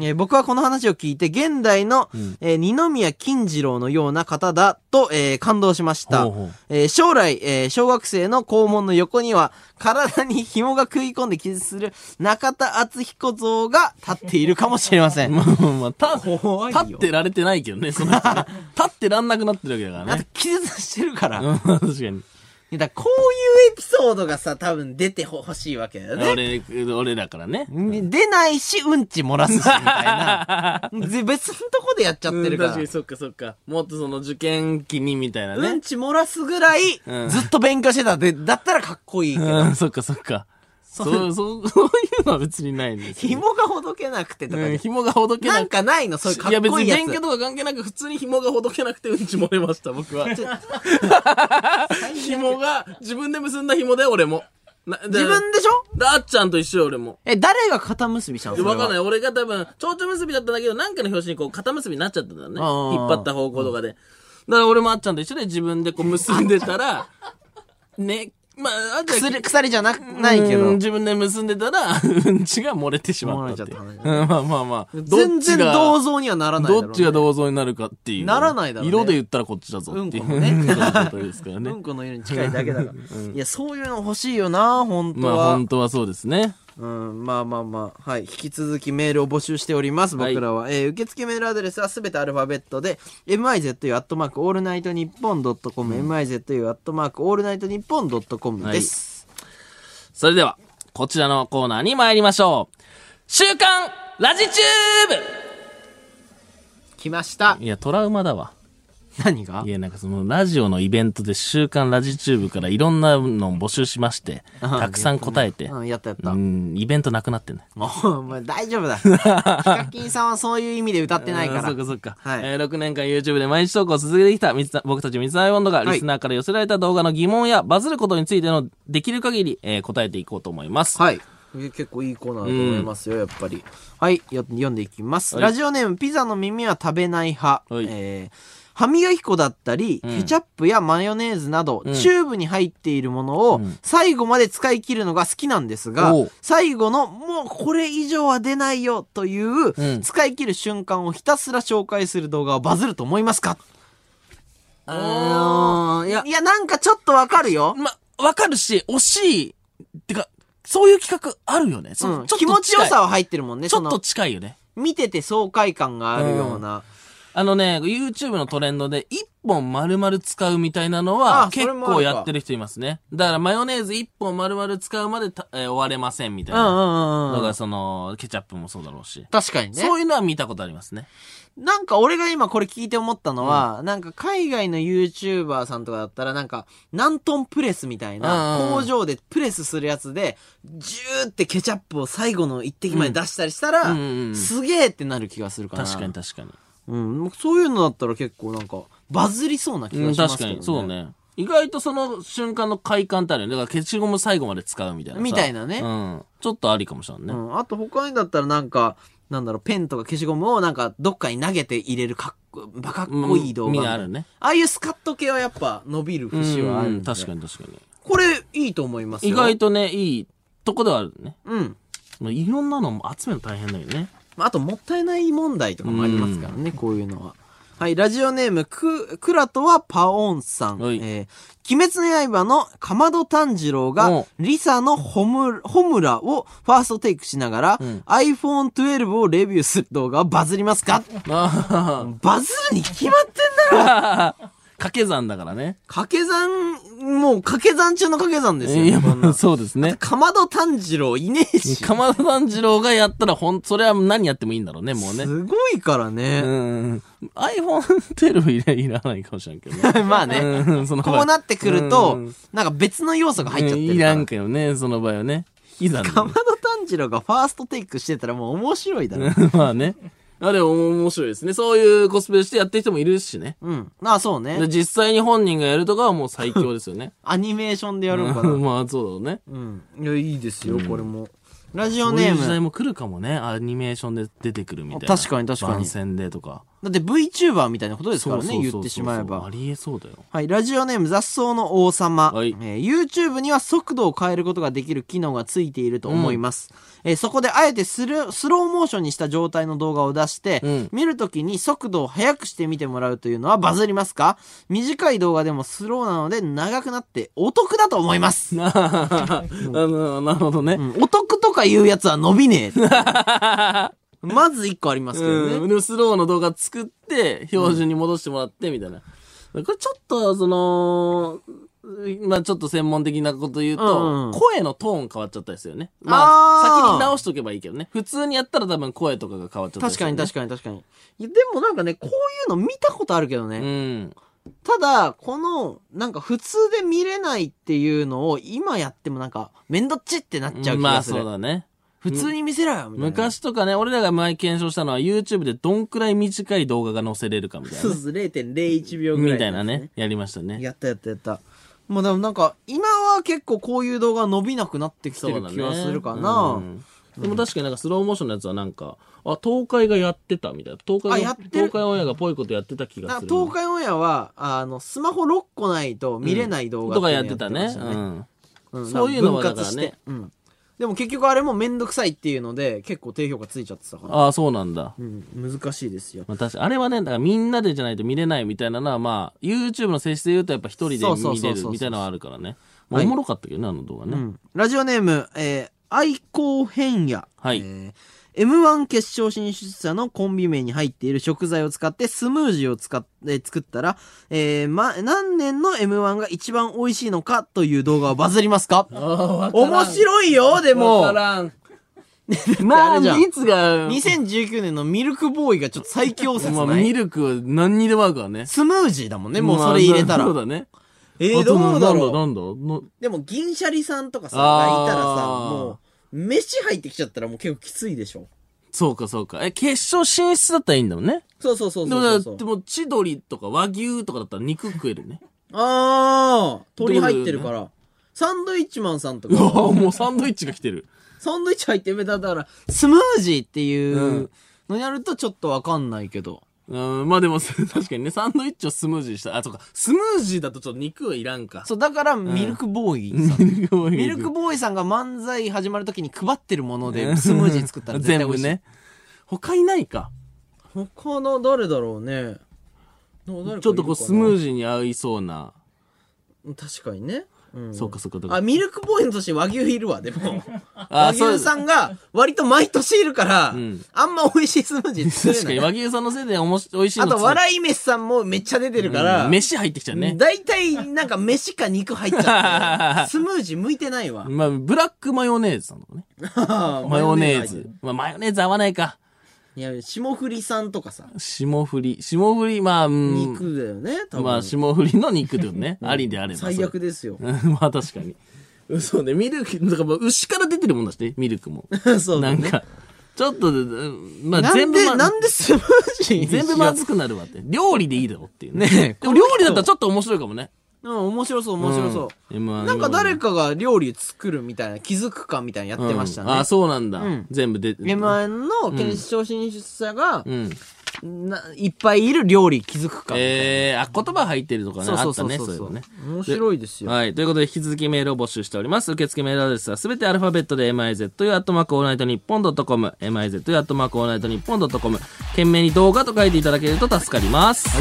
[SPEAKER 2] 僕はこの話を聞いて、現代の、二宮金次郎のような方だと、感動しました。将来、小学生の校門の横には、体に紐が食い込んで気絶する中田敦彦像が立っているかもしれません。
[SPEAKER 1] 立ってられてないけどね、その人ね。立ってらんなくなってるわけだからね。
[SPEAKER 2] 気絶してるから。
[SPEAKER 1] 確かに。
[SPEAKER 2] だこういうエピソードがさ、多分出てほしいわけだよね。
[SPEAKER 1] 俺だからね。
[SPEAKER 2] 出ないし、うんち漏らすし、みたいな。別のとこでやっちゃってるから。
[SPEAKER 1] 確かにそっかそっか。もっとその受験期にみたいなね。
[SPEAKER 2] うんち漏らすぐらい、ずっと勉強してただったらかっこいいけど。
[SPEAKER 1] そっかそっか。そういうのは別にないんですよ。
[SPEAKER 2] 紐がほどけなくてとか。
[SPEAKER 1] 紐がほどけなくて。
[SPEAKER 2] なんかないのそういうかっこいいやつ。
[SPEAKER 1] いや別に勉強とか関係なく普通に紐がほどけなくてうんち漏れました、僕は。紐が、自分で結んだ紐で俺も。
[SPEAKER 2] 自分でしょ
[SPEAKER 1] あっちゃんと一緒よ、俺も。
[SPEAKER 2] 誰が肩結びしたの？
[SPEAKER 1] わかんない。俺が多分、蝶々結びだったんだけど、なんかの表紙にこう、肩結びになっちゃったんだよね。引っ張った方向とかで。だから俺もあっちゃんと一緒で自分でこう結んでたら、ね、まあ、
[SPEAKER 2] 鎖じゃないけど。
[SPEAKER 1] 自分で結んでたら、うんちが漏れてしまったっていう。まあまあまあ。
[SPEAKER 2] 全然銅像にはならないだろうね。
[SPEAKER 1] どっちが銅像になるかっていう。
[SPEAKER 2] ならないだろうね。
[SPEAKER 1] 色で言ったらこっちだぞっていう。
[SPEAKER 2] うんこもね。
[SPEAKER 1] ことですからね。
[SPEAKER 2] うんこの色に近いだけだから。いや、そういうの欲しいよな、本当は。
[SPEAKER 1] まあ本当はそうですね。
[SPEAKER 2] まあまあまあ、はい。引き続きメールを募集しております、僕らは。受付メールアドレスはすべてアルファベットで、mizu@allnightnippon.com、mizu@allnightnippon.com です。
[SPEAKER 1] それでは、こちらのコーナーに参りましょう。週刊ラジチューブ
[SPEAKER 2] 来ました。
[SPEAKER 1] いや、トラウマだわ。
[SPEAKER 2] 何が？
[SPEAKER 1] いや、なんかそのラジオのイベントで週刊ラジチューブからいろんなのを募集しまして、たくさん答えて。
[SPEAKER 2] やった。
[SPEAKER 1] イベントなくなってんね。
[SPEAKER 2] もう、大丈夫だ。ヒカキンさんはそういう意味で歌ってないから。
[SPEAKER 1] そっかそっか。
[SPEAKER 2] はい。
[SPEAKER 1] 6年間 YouTube で毎日投稿を続けてきた僕たち三つ編みボンドがリスナーから寄せられた動画の疑問やバズることについてのできる限り、答えていこうと思います。
[SPEAKER 2] はい。結構いいコーナーだと思いますよ、やっぱり。はい。読んでいきます。ラジオネーム、ピザの耳は食べない派。歯磨き粉だったり、ケチャップやマヨネーズなど、チューブに入っているものを最後まで使い切るのが好きなんですが、最後のもうこれ以上は出ないよという使い切る瞬間をひたすら紹介する動画はバズると思いますか？いや、なんかちょっとわかるよ。
[SPEAKER 1] わかるし、惜しい。ってか、そういう企画あるよね。
[SPEAKER 2] 気持ちよさは入ってるもんね。
[SPEAKER 1] ちょっと近いよね。
[SPEAKER 2] 見てて爽快感があるような。
[SPEAKER 1] YouTube のトレンドで一本丸々使うみたいなのは結構やってる人いますね。だからマヨネーズ一本丸々使うまで終われませんみたいな。だからその、ケチャップもそうだろうし。
[SPEAKER 2] 確かにね。
[SPEAKER 1] そういうのは見たことありますね。
[SPEAKER 2] なんか俺が今これ聞いて思ったのは、なんか海外の YouTuber さんとかだったらなんか何トンプレスみたいな工場でプレスするやつでジューってケチャップを最後の一滴まで出したりしたら、すげーってなる気がするから。
[SPEAKER 1] 確かに確かに。
[SPEAKER 2] そういうのだったら結構なんかバズりそうな気がしますけどね。
[SPEAKER 1] 確かに、そうね。意外とその瞬間の快感ってあるよね。だから消しゴム最後まで使うみたいな。
[SPEAKER 2] みたいなね。
[SPEAKER 1] ちょっとありかもしれんね。
[SPEAKER 2] あと他にだったらなんか、ペンとか消しゴムをなんかどっかに投げて入れるバカっこいい動画。
[SPEAKER 1] みんなあるね。
[SPEAKER 2] ああいうスカッと系はやっぱ伸びる節はあるんで。
[SPEAKER 1] 確かに確かに。
[SPEAKER 2] これいいと思いますよ。
[SPEAKER 1] 意外とね、いいとこではあるね。いろんなのも集めるの大変だよね。
[SPEAKER 2] あともったいない問題とかもありますからね、こういうのは。はい、ラジオネーム、クラトはパオンさん。鬼滅の刃のかまど炭治郎が、リサのホムラをファーストテイクしながら、iPhone 12をレビューする動画はバズりますか？バズるに決まってんだろ。
[SPEAKER 1] 掛け算だからね。
[SPEAKER 2] 掛け算もう掛け算中の掛け算ですよ。
[SPEAKER 1] いや、まあ、そうですね。
[SPEAKER 2] かまど炭治郎いねえし。
[SPEAKER 1] かまど炭治郎がやったらそれは何やってもいいんだろうね、もうね。
[SPEAKER 2] すごいからね。
[SPEAKER 1] iPhone 12いらないかもしれんけどね。
[SPEAKER 2] まあね。こうなってくると、なんか別の要素が入っちゃってるから。
[SPEAKER 1] いらんけどね、その場合はね。
[SPEAKER 2] かまど炭治郎がファーストテイクしてたらもう面白いだろ。
[SPEAKER 1] まあね。でも面白いですね。そういうコスプレしてやってる人もいるしね。
[SPEAKER 2] そうね。
[SPEAKER 1] で実際に本人がやるとかはもう最強ですよね。
[SPEAKER 2] アニメーションでやるのかな。
[SPEAKER 1] まあそうだね。
[SPEAKER 2] いや、いいですよ、これも。ラジオネーム。
[SPEAKER 1] そういう時代も来るかもね。アニメーションで出てくるみたいな。
[SPEAKER 2] 確かに。
[SPEAKER 1] 番宣でとか。
[SPEAKER 2] だって VTuber みたいなことですからね、言ってしまえば。
[SPEAKER 1] ありえそうだよ。
[SPEAKER 2] はい、ラジオネーム雑草の王様。
[SPEAKER 1] はい
[SPEAKER 2] YouTube には速度を変えることができる機能がついていると思います。そこであえてスローモーションにした状態の動画を出して、見るときに速度を速くして見てもらうというのはバズりますか？短い動画でもスローなので長くなってお得だと思います。
[SPEAKER 1] なるほどね。
[SPEAKER 2] お得とかいうやつは伸びねえ。まず一個ありますけどね。
[SPEAKER 1] でもスローの動画作って、標準に戻してもらって、みたいな。これちょっと、まあちょっと専門的なこと言うと、声のトーン変わっちゃったですよね。まあ、先に直しとけばいいけどね。普通にやったら多分声とかが変わっちゃった、ね。
[SPEAKER 2] 確かに。いや、でもなんかね、こういうの見たことあるけどね。ただ、なんか普通で見れないっていうのを今やってもなんか、めんどっちってなっちゃう気がする。
[SPEAKER 1] まあそうだね。
[SPEAKER 2] 普通に見せろよ、みたいな。
[SPEAKER 1] 昔とかね、俺らが前検証したのは YouTube でどんくらい短い動画が載せれるかみたいな、ね。
[SPEAKER 2] そう、0.01 秒ぐらい、
[SPEAKER 1] みたいなね。やりましたね。
[SPEAKER 2] やった。もうでもなんか、今は結構こういう動画伸びなくなってきてる気がするかな。
[SPEAKER 1] でも確かになんかスローモーションのやつはなんか、東海がやってたみたいな。東海オンエアがぽいことやってた気がする。
[SPEAKER 2] 東海オンエアは、スマホ6個ないと見れない動画
[SPEAKER 1] とかやってたね。そういうのはだからね。
[SPEAKER 2] でも結局あれもめんどくさいっていうので、結構低評価ついちゃってたから。
[SPEAKER 1] ああ、そうなんだ。
[SPEAKER 2] 難しいですよ。
[SPEAKER 1] まあ確かあれはね、だからみんなでじゃないと見れないみたいなのは、まあ、YouTube の性質で言うとやっぱ一人で見れるみたいなのはあるからね。おもろかったけどね、あの動画ね。
[SPEAKER 2] ラジオネーム、愛好変野。
[SPEAKER 1] はい。
[SPEAKER 2] M1 決勝進出者のコンビ名に入っている食材を使ってスムージーを作ったら、何年の M1 が一番美味しいのかという動画はバズりますか？面白いよ、でも。
[SPEAKER 1] わからん。まあ、いつが。
[SPEAKER 2] 2019年のミルクボーイがちょっと最強説ない？
[SPEAKER 1] まあ、ミルクは何にでも合うからね。
[SPEAKER 2] スムージーだもんね、もうそれ入れたら。
[SPEAKER 1] そうだね。
[SPEAKER 2] どうだろう。
[SPEAKER 1] なんだ
[SPEAKER 2] でも、銀シャリさんとかさ、がいたらさ、もう、飯入ってきちゃったらもう結構きついでしょ。
[SPEAKER 1] そうか。決勝進出だったらいいんだもんね。
[SPEAKER 2] そう。
[SPEAKER 1] でも、千鳥とか和牛とかだったら肉食えるね。
[SPEAKER 2] 鳥入ってるから。サンドイッチマンさんとか。
[SPEAKER 1] もうサンドイッチが来てる。
[SPEAKER 2] サンドイッチ入ってる。だから、スムージーっていうのやるとちょっとわかんないけど。
[SPEAKER 1] まあでも、確かにね、サンドイッチをスムージーにした。そうか。スムージーだとちょっと肉はいらんか。
[SPEAKER 2] そう、だから、ミルクボーイさん。ミルクボーイさんが漫才始まるときに配ってるもので、スムージー作ったら絶対美味しい。
[SPEAKER 1] 全部ね。他いないか。
[SPEAKER 2] 他の誰だろうね。
[SPEAKER 1] ちょっとこう、スムージーに合いそうな。
[SPEAKER 2] 確かにね。
[SPEAKER 1] そうか。
[SPEAKER 2] ミルクボーイの年和牛いるわ、でも。和牛さんが割と毎年いるから、あんま美味しいスムージー作れない。
[SPEAKER 1] 確かに和牛さんのせいで美味しいの。
[SPEAKER 2] あと、笑い飯さんもめっちゃ出てるから。
[SPEAKER 1] 飯入ってきちゃうね。
[SPEAKER 2] だいたいなんか飯か肉入っちゃって、スムージー向いてないわ。
[SPEAKER 1] まあ、ブラックマヨネーズさんとかね。マヨネーズ。まあ、マヨネーズ合わないか。
[SPEAKER 2] いや、霜降りさんとかさ。
[SPEAKER 1] 霜降り、まあ、
[SPEAKER 2] 肉だよね、多分。
[SPEAKER 1] まあ、霜降りの肉だよね。ありであれば。
[SPEAKER 2] 最悪ですよ。
[SPEAKER 1] まあ、確かに。そうね、ミルク、だから牛から出てるもんだしね、ミルクも。
[SPEAKER 2] そうだね。
[SPEAKER 1] なんか、ちょっと、まあ、
[SPEAKER 2] 全部、なんでスムージー
[SPEAKER 1] 全部まずくなるわって。料理でいいだろっていうね。でも料理だったらちょっと面白いかもね。
[SPEAKER 2] 面白そう。なんか誰かが料理作るみたいな、気づくかみたいなやってましたね。
[SPEAKER 1] そうなんだ。全部で。
[SPEAKER 2] M1 の決勝進出者が、いっぱいいる料理気づくか。
[SPEAKER 1] 言葉入ってるとかね、あったね、そういうのね。
[SPEAKER 2] 面白いですよ。
[SPEAKER 1] はい。ということで、引き続きメールを募集しております。受付メールアドレスはすべてアルファベットで mizu@allnightnippon.com、mizu@allnightnippon.com、懸命に動画と書いていただけると助かります。はい。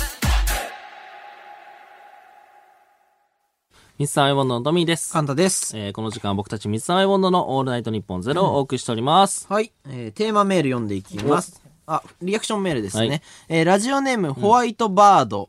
[SPEAKER 1] ミスターアイボンドのトミーです。
[SPEAKER 2] カンタです。
[SPEAKER 1] この時間は僕たちミスターアイボンドのオールナイトニッポンゼロをお送りしております。
[SPEAKER 2] はい。テーマメール読んでいきます。リアクションメールですね。ラジオネームホワイトバード。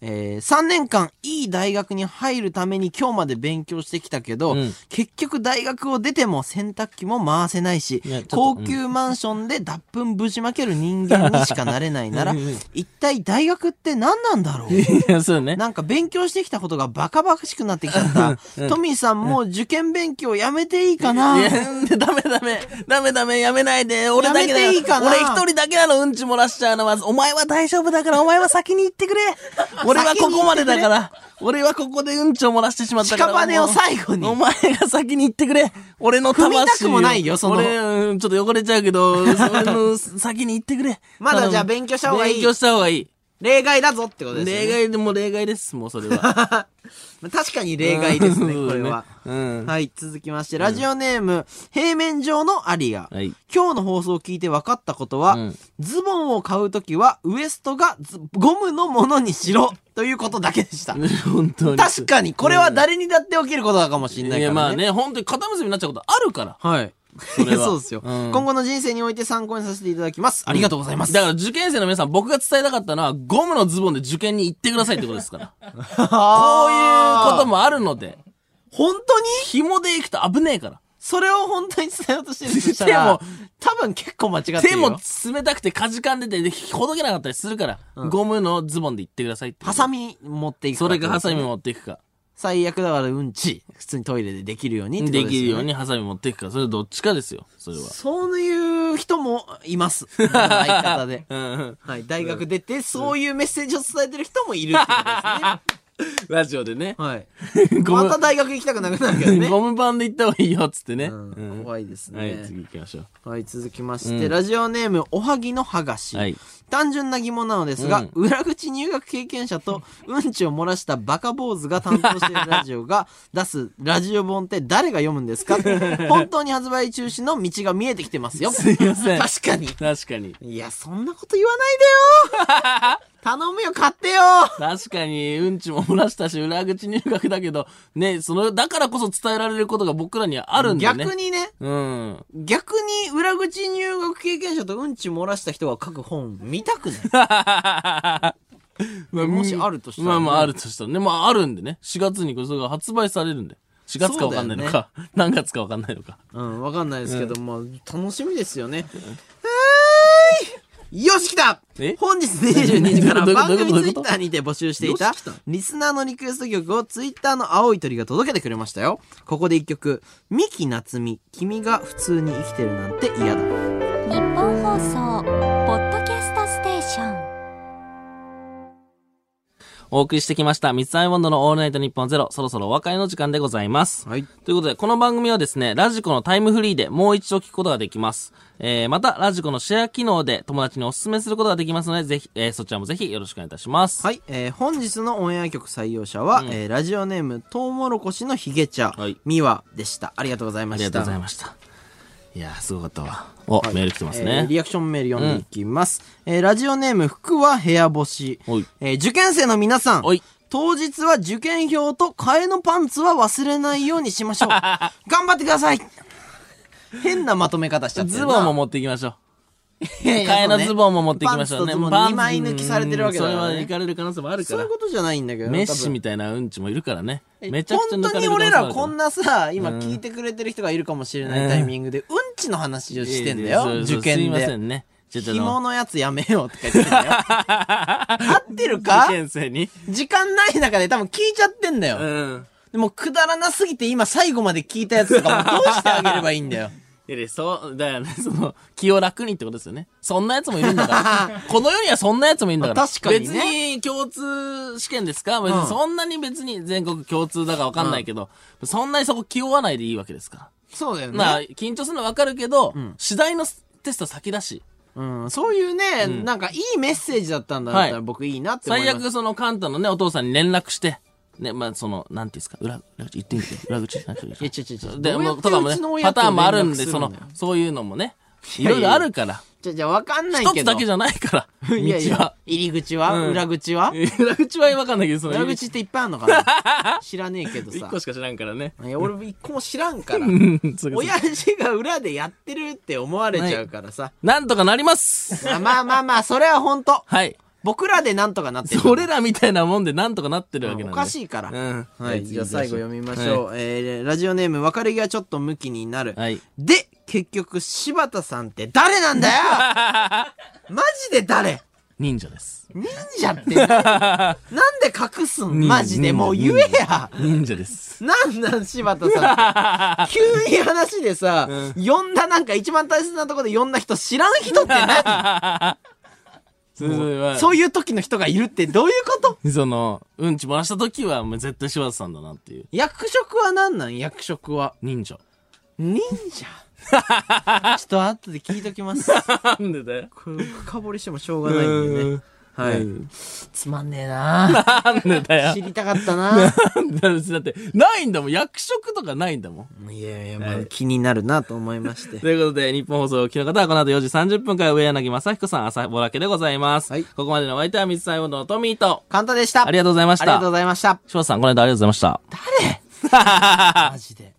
[SPEAKER 2] 3年間いい大学に入るために今日まで勉強してきたけど、結局大学を出ても洗濯機も回せないし、高級マンションで脱粉ぶちまける人間にしかなれないなら、一体大学って何なんだろう。
[SPEAKER 1] いや、そうね。
[SPEAKER 2] なんか勉強してきたことがバカバカしくなってきちゃった。トミーさんもう受験勉強やめていいかな。
[SPEAKER 1] いや、ダメ、やめないで。俺だけだよ。
[SPEAKER 2] やめていいかな。
[SPEAKER 1] 俺一人だけなの、うんち漏らしちゃうのは。お前は大丈夫だから、お前は先に行ってくれ。俺はここまでだから。俺はここでうんちを漏らしてしまったから。
[SPEAKER 2] 屍を最後に。
[SPEAKER 1] お前が先に行ってくれ。俺の魂を。
[SPEAKER 2] 踏みたくもないよ、その。
[SPEAKER 1] 俺、ちょっと汚れちゃうけど、俺の先に行ってくれ。
[SPEAKER 2] まだじゃあ勉強した方がいい。
[SPEAKER 1] 勉強した方がいい。
[SPEAKER 2] 例外だぞってことですね。
[SPEAKER 1] 例外でも例外です、もうそれは。
[SPEAKER 2] 確かに例外ですね、これは。はい、続きまして、ラジオネーム、平面上のアリア。今日の放送を聞いて分かったことは、ズボンを買うときは、ウエストがゴムのものにしろ、ということだけでした。
[SPEAKER 1] 本当に。
[SPEAKER 2] 確かに、これは誰にだって起きることだかもしれないからね。
[SPEAKER 1] いや、まあね、本当に肩結びになっちゃうことあるから。
[SPEAKER 2] はい。それはそうですよ、今後の人生において参考にさせていただきます。ありがとうございます。
[SPEAKER 1] だから受験生の皆さん、僕が伝えたかったのは、ゴムのズボンで受験に行ってくださいってことですから。こういうこともあるので。
[SPEAKER 2] 本当に
[SPEAKER 1] 紐で行くと危ねえから。
[SPEAKER 2] それを本当に伝えようとしてるとしたら、でも、多分結構間違ってるよ。
[SPEAKER 1] 手も冷たくてかじかんでて、ほどけなかったりするから、ゴムのズボンで行ってくださいって。
[SPEAKER 2] ハサミ持っていくか。
[SPEAKER 1] それかハサミ持っていくか。
[SPEAKER 2] 最悪だからうんち、普通にトイレでできるようにってことですよね。
[SPEAKER 1] できるようにハサミ持っていくか。それどっちかですよ、それは。
[SPEAKER 2] そういう人もいます。相方で。はい。大学出て、そういうメッセージを伝えてる人もいるってことですね。
[SPEAKER 1] ラジオでね。
[SPEAKER 2] はい。また大学行きたくなくなるけどね。
[SPEAKER 1] ゴムパンで行った方がいいよ、つってね。
[SPEAKER 2] 怖いですね。
[SPEAKER 1] はい、次行きましょう。
[SPEAKER 2] はい、続きまして、ラジオネーム、おはぎのはがし。単純な疑問なのですが、裏口入学経験者とうんちを漏らしたバカ坊主が担当しているラジオが出すラジオ本って誰が読むんですか？本当に発売中止の道が見えてきてますよ。
[SPEAKER 1] すいません。
[SPEAKER 2] 確かに。
[SPEAKER 1] 確かに。
[SPEAKER 2] いや、そんなこと言わないでよ頼むよ、買ってよ
[SPEAKER 1] 確かに、うんちも漏らしたし、裏口入学だけど、ね、だからこそ伝えられることが僕らにはあるんだよね。
[SPEAKER 2] 逆にね。逆に、裏口入学経験者とうんち漏らした人が書く本、見たくないもしあるとしたら、ね。
[SPEAKER 1] まああるとしたらね。まああるんでね。4月にそれが発売されるんで。4月かわかんないのか。何月かわかんないのか。
[SPEAKER 2] わかんないですけど、まあ、楽しみですよね。よし来た本日22時から番組ツイッターにて募集していたリスナーのリクエスト曲をツイッターの青い鳥が届けてくれましたよ。ここで一曲、三木夏美、君が普通に生きてるなんて嫌だ。
[SPEAKER 3] 日本放送ポッドキャストステーション、
[SPEAKER 1] お送りしてきましたミス・アイモンドのオールナイトニッポンゼロ、そろそろお別れの時間でございます。
[SPEAKER 2] はい。
[SPEAKER 1] ということで、この番組はですね、ラジコのタイムフリーでもう一度聞くことができます。また、ラジコのシェア機能で友達にお勧めすることができますので、ぜひ、そちらもぜひよろしくお願いいたします。
[SPEAKER 2] はい。本日のオンエア曲採用者は、ラジオネーム、トウモロコシのヒゲ茶、ミワでした。ありがとうございました。
[SPEAKER 1] ありがとうございました。いやー、すごかったわ。メール来てますね。
[SPEAKER 2] リアクションメール読んでいきます。ラジオネーム、服は部屋干し。受験生の皆さん。当日は受験票と替えのパンツは忘れないようにしましょう。頑張ってください。変なまとめ方しちゃってるな。
[SPEAKER 1] ズボンも持っていきましょう。替えのズボンも持っていきましょうね。
[SPEAKER 2] パンツ2枚抜きされてるわけだからね。
[SPEAKER 1] それは行かれる可能性もあるから。
[SPEAKER 2] そういうことじゃないんだけどね。
[SPEAKER 1] メッシみたいなうんちもいるからね。めちゃくちゃ抜かれる可能性もある。
[SPEAKER 2] 本当に俺らこんなさ、今聞いてくれてる人がいるかもしれないタイミングで、うんちの話をしてんだよ。受験で。
[SPEAKER 1] すいませんね。
[SPEAKER 2] 紐のやつやめようとか言ってんだよ。合ってるか？
[SPEAKER 1] 受験生に
[SPEAKER 2] 時間ない中で多分聞いちゃってんだよ。でもくだらなすぎて今最後まで聞いたやつとかもどうしてあげればいいんだよ。
[SPEAKER 1] そう、だよね、気を楽にってことですよね。そんなやつもいるんだから。この世にはそんなやつもいるんだから。
[SPEAKER 2] 確かにね。
[SPEAKER 1] 別に共通試験ですか？別にそんなに別に全国共通だかわかんないけど、そんなにそこ気負わないでいいわけですから。
[SPEAKER 2] そうだよね。
[SPEAKER 1] まあ、緊張するのはわかるけど、次第のテスト先だし。
[SPEAKER 2] そういうね、なんかいいメッセージだったんだったら僕いいなって思います。
[SPEAKER 1] 最悪カンタのね、お父さんに連絡して、ね、まあ、なんていうんですか、裏口言ってみて、裏口。いや、で、とかもね、パターンもあるんで、そういうのもね、いろいろあるから。
[SPEAKER 2] じゃわかんないけど。
[SPEAKER 1] 一つだけじゃないから、道は。
[SPEAKER 2] 入り口は裏口は
[SPEAKER 1] 裏口はわかんないけど、
[SPEAKER 2] 裏口っていっぱいあるのかな知らねえけどさ。
[SPEAKER 1] 一個しか知らんからね。
[SPEAKER 2] いや、俺一個も知らんから。親父が裏でやってるって思われちゃうからさ。
[SPEAKER 1] なんとかなります。
[SPEAKER 2] まあ、それは本当。
[SPEAKER 1] はい。
[SPEAKER 2] 僕らでなんとかなってる。
[SPEAKER 1] それらみたいなもんでなんとかなってるわけなんで。
[SPEAKER 2] おかしいから。
[SPEAKER 1] うん。
[SPEAKER 2] はい。じゃあ最後読みましょう。ラジオネーム、別れ際ちょっとムキになる。
[SPEAKER 1] はい。
[SPEAKER 2] で、結局、柴田さんって誰なんだよマジで誰？
[SPEAKER 1] 忍者です。
[SPEAKER 2] 忍者ってなんで隠すんマジでもう言えや
[SPEAKER 1] 忍者です。
[SPEAKER 2] なん柴田さんって。急に話でさ、呼んだなんか一番大切なところで呼んだ人知らん人って何そういう時の人がいるってどういうこと？
[SPEAKER 1] うんち漏らした時はもう絶対柴田さんだなっていう。
[SPEAKER 2] 役職は何なん？役職は。
[SPEAKER 1] 忍者。
[SPEAKER 2] 忍者ちょっと後で聞いときます。
[SPEAKER 1] なんでだよ。
[SPEAKER 2] これ深掘りしてもしょうがないんでね。はい。つまんねえな
[SPEAKER 1] なんでだよ。
[SPEAKER 2] 知りたかったな
[SPEAKER 1] だって、ないんだもん。役職とかないんだもん。
[SPEAKER 2] いやいや、まあ、気になるなと思いまして。
[SPEAKER 1] ということで、日本放送をお聞きの方はこの後4時30分から上柳正彦さん、朝ぼらけでございます。はい。ここまでのお相手は水溜りボンドのトミーと、
[SPEAKER 2] カンタでした。
[SPEAKER 1] ありがとうございました。
[SPEAKER 2] ありがとうございました。
[SPEAKER 1] 翔さん、この間ありがとうございました。
[SPEAKER 2] 誰マジで。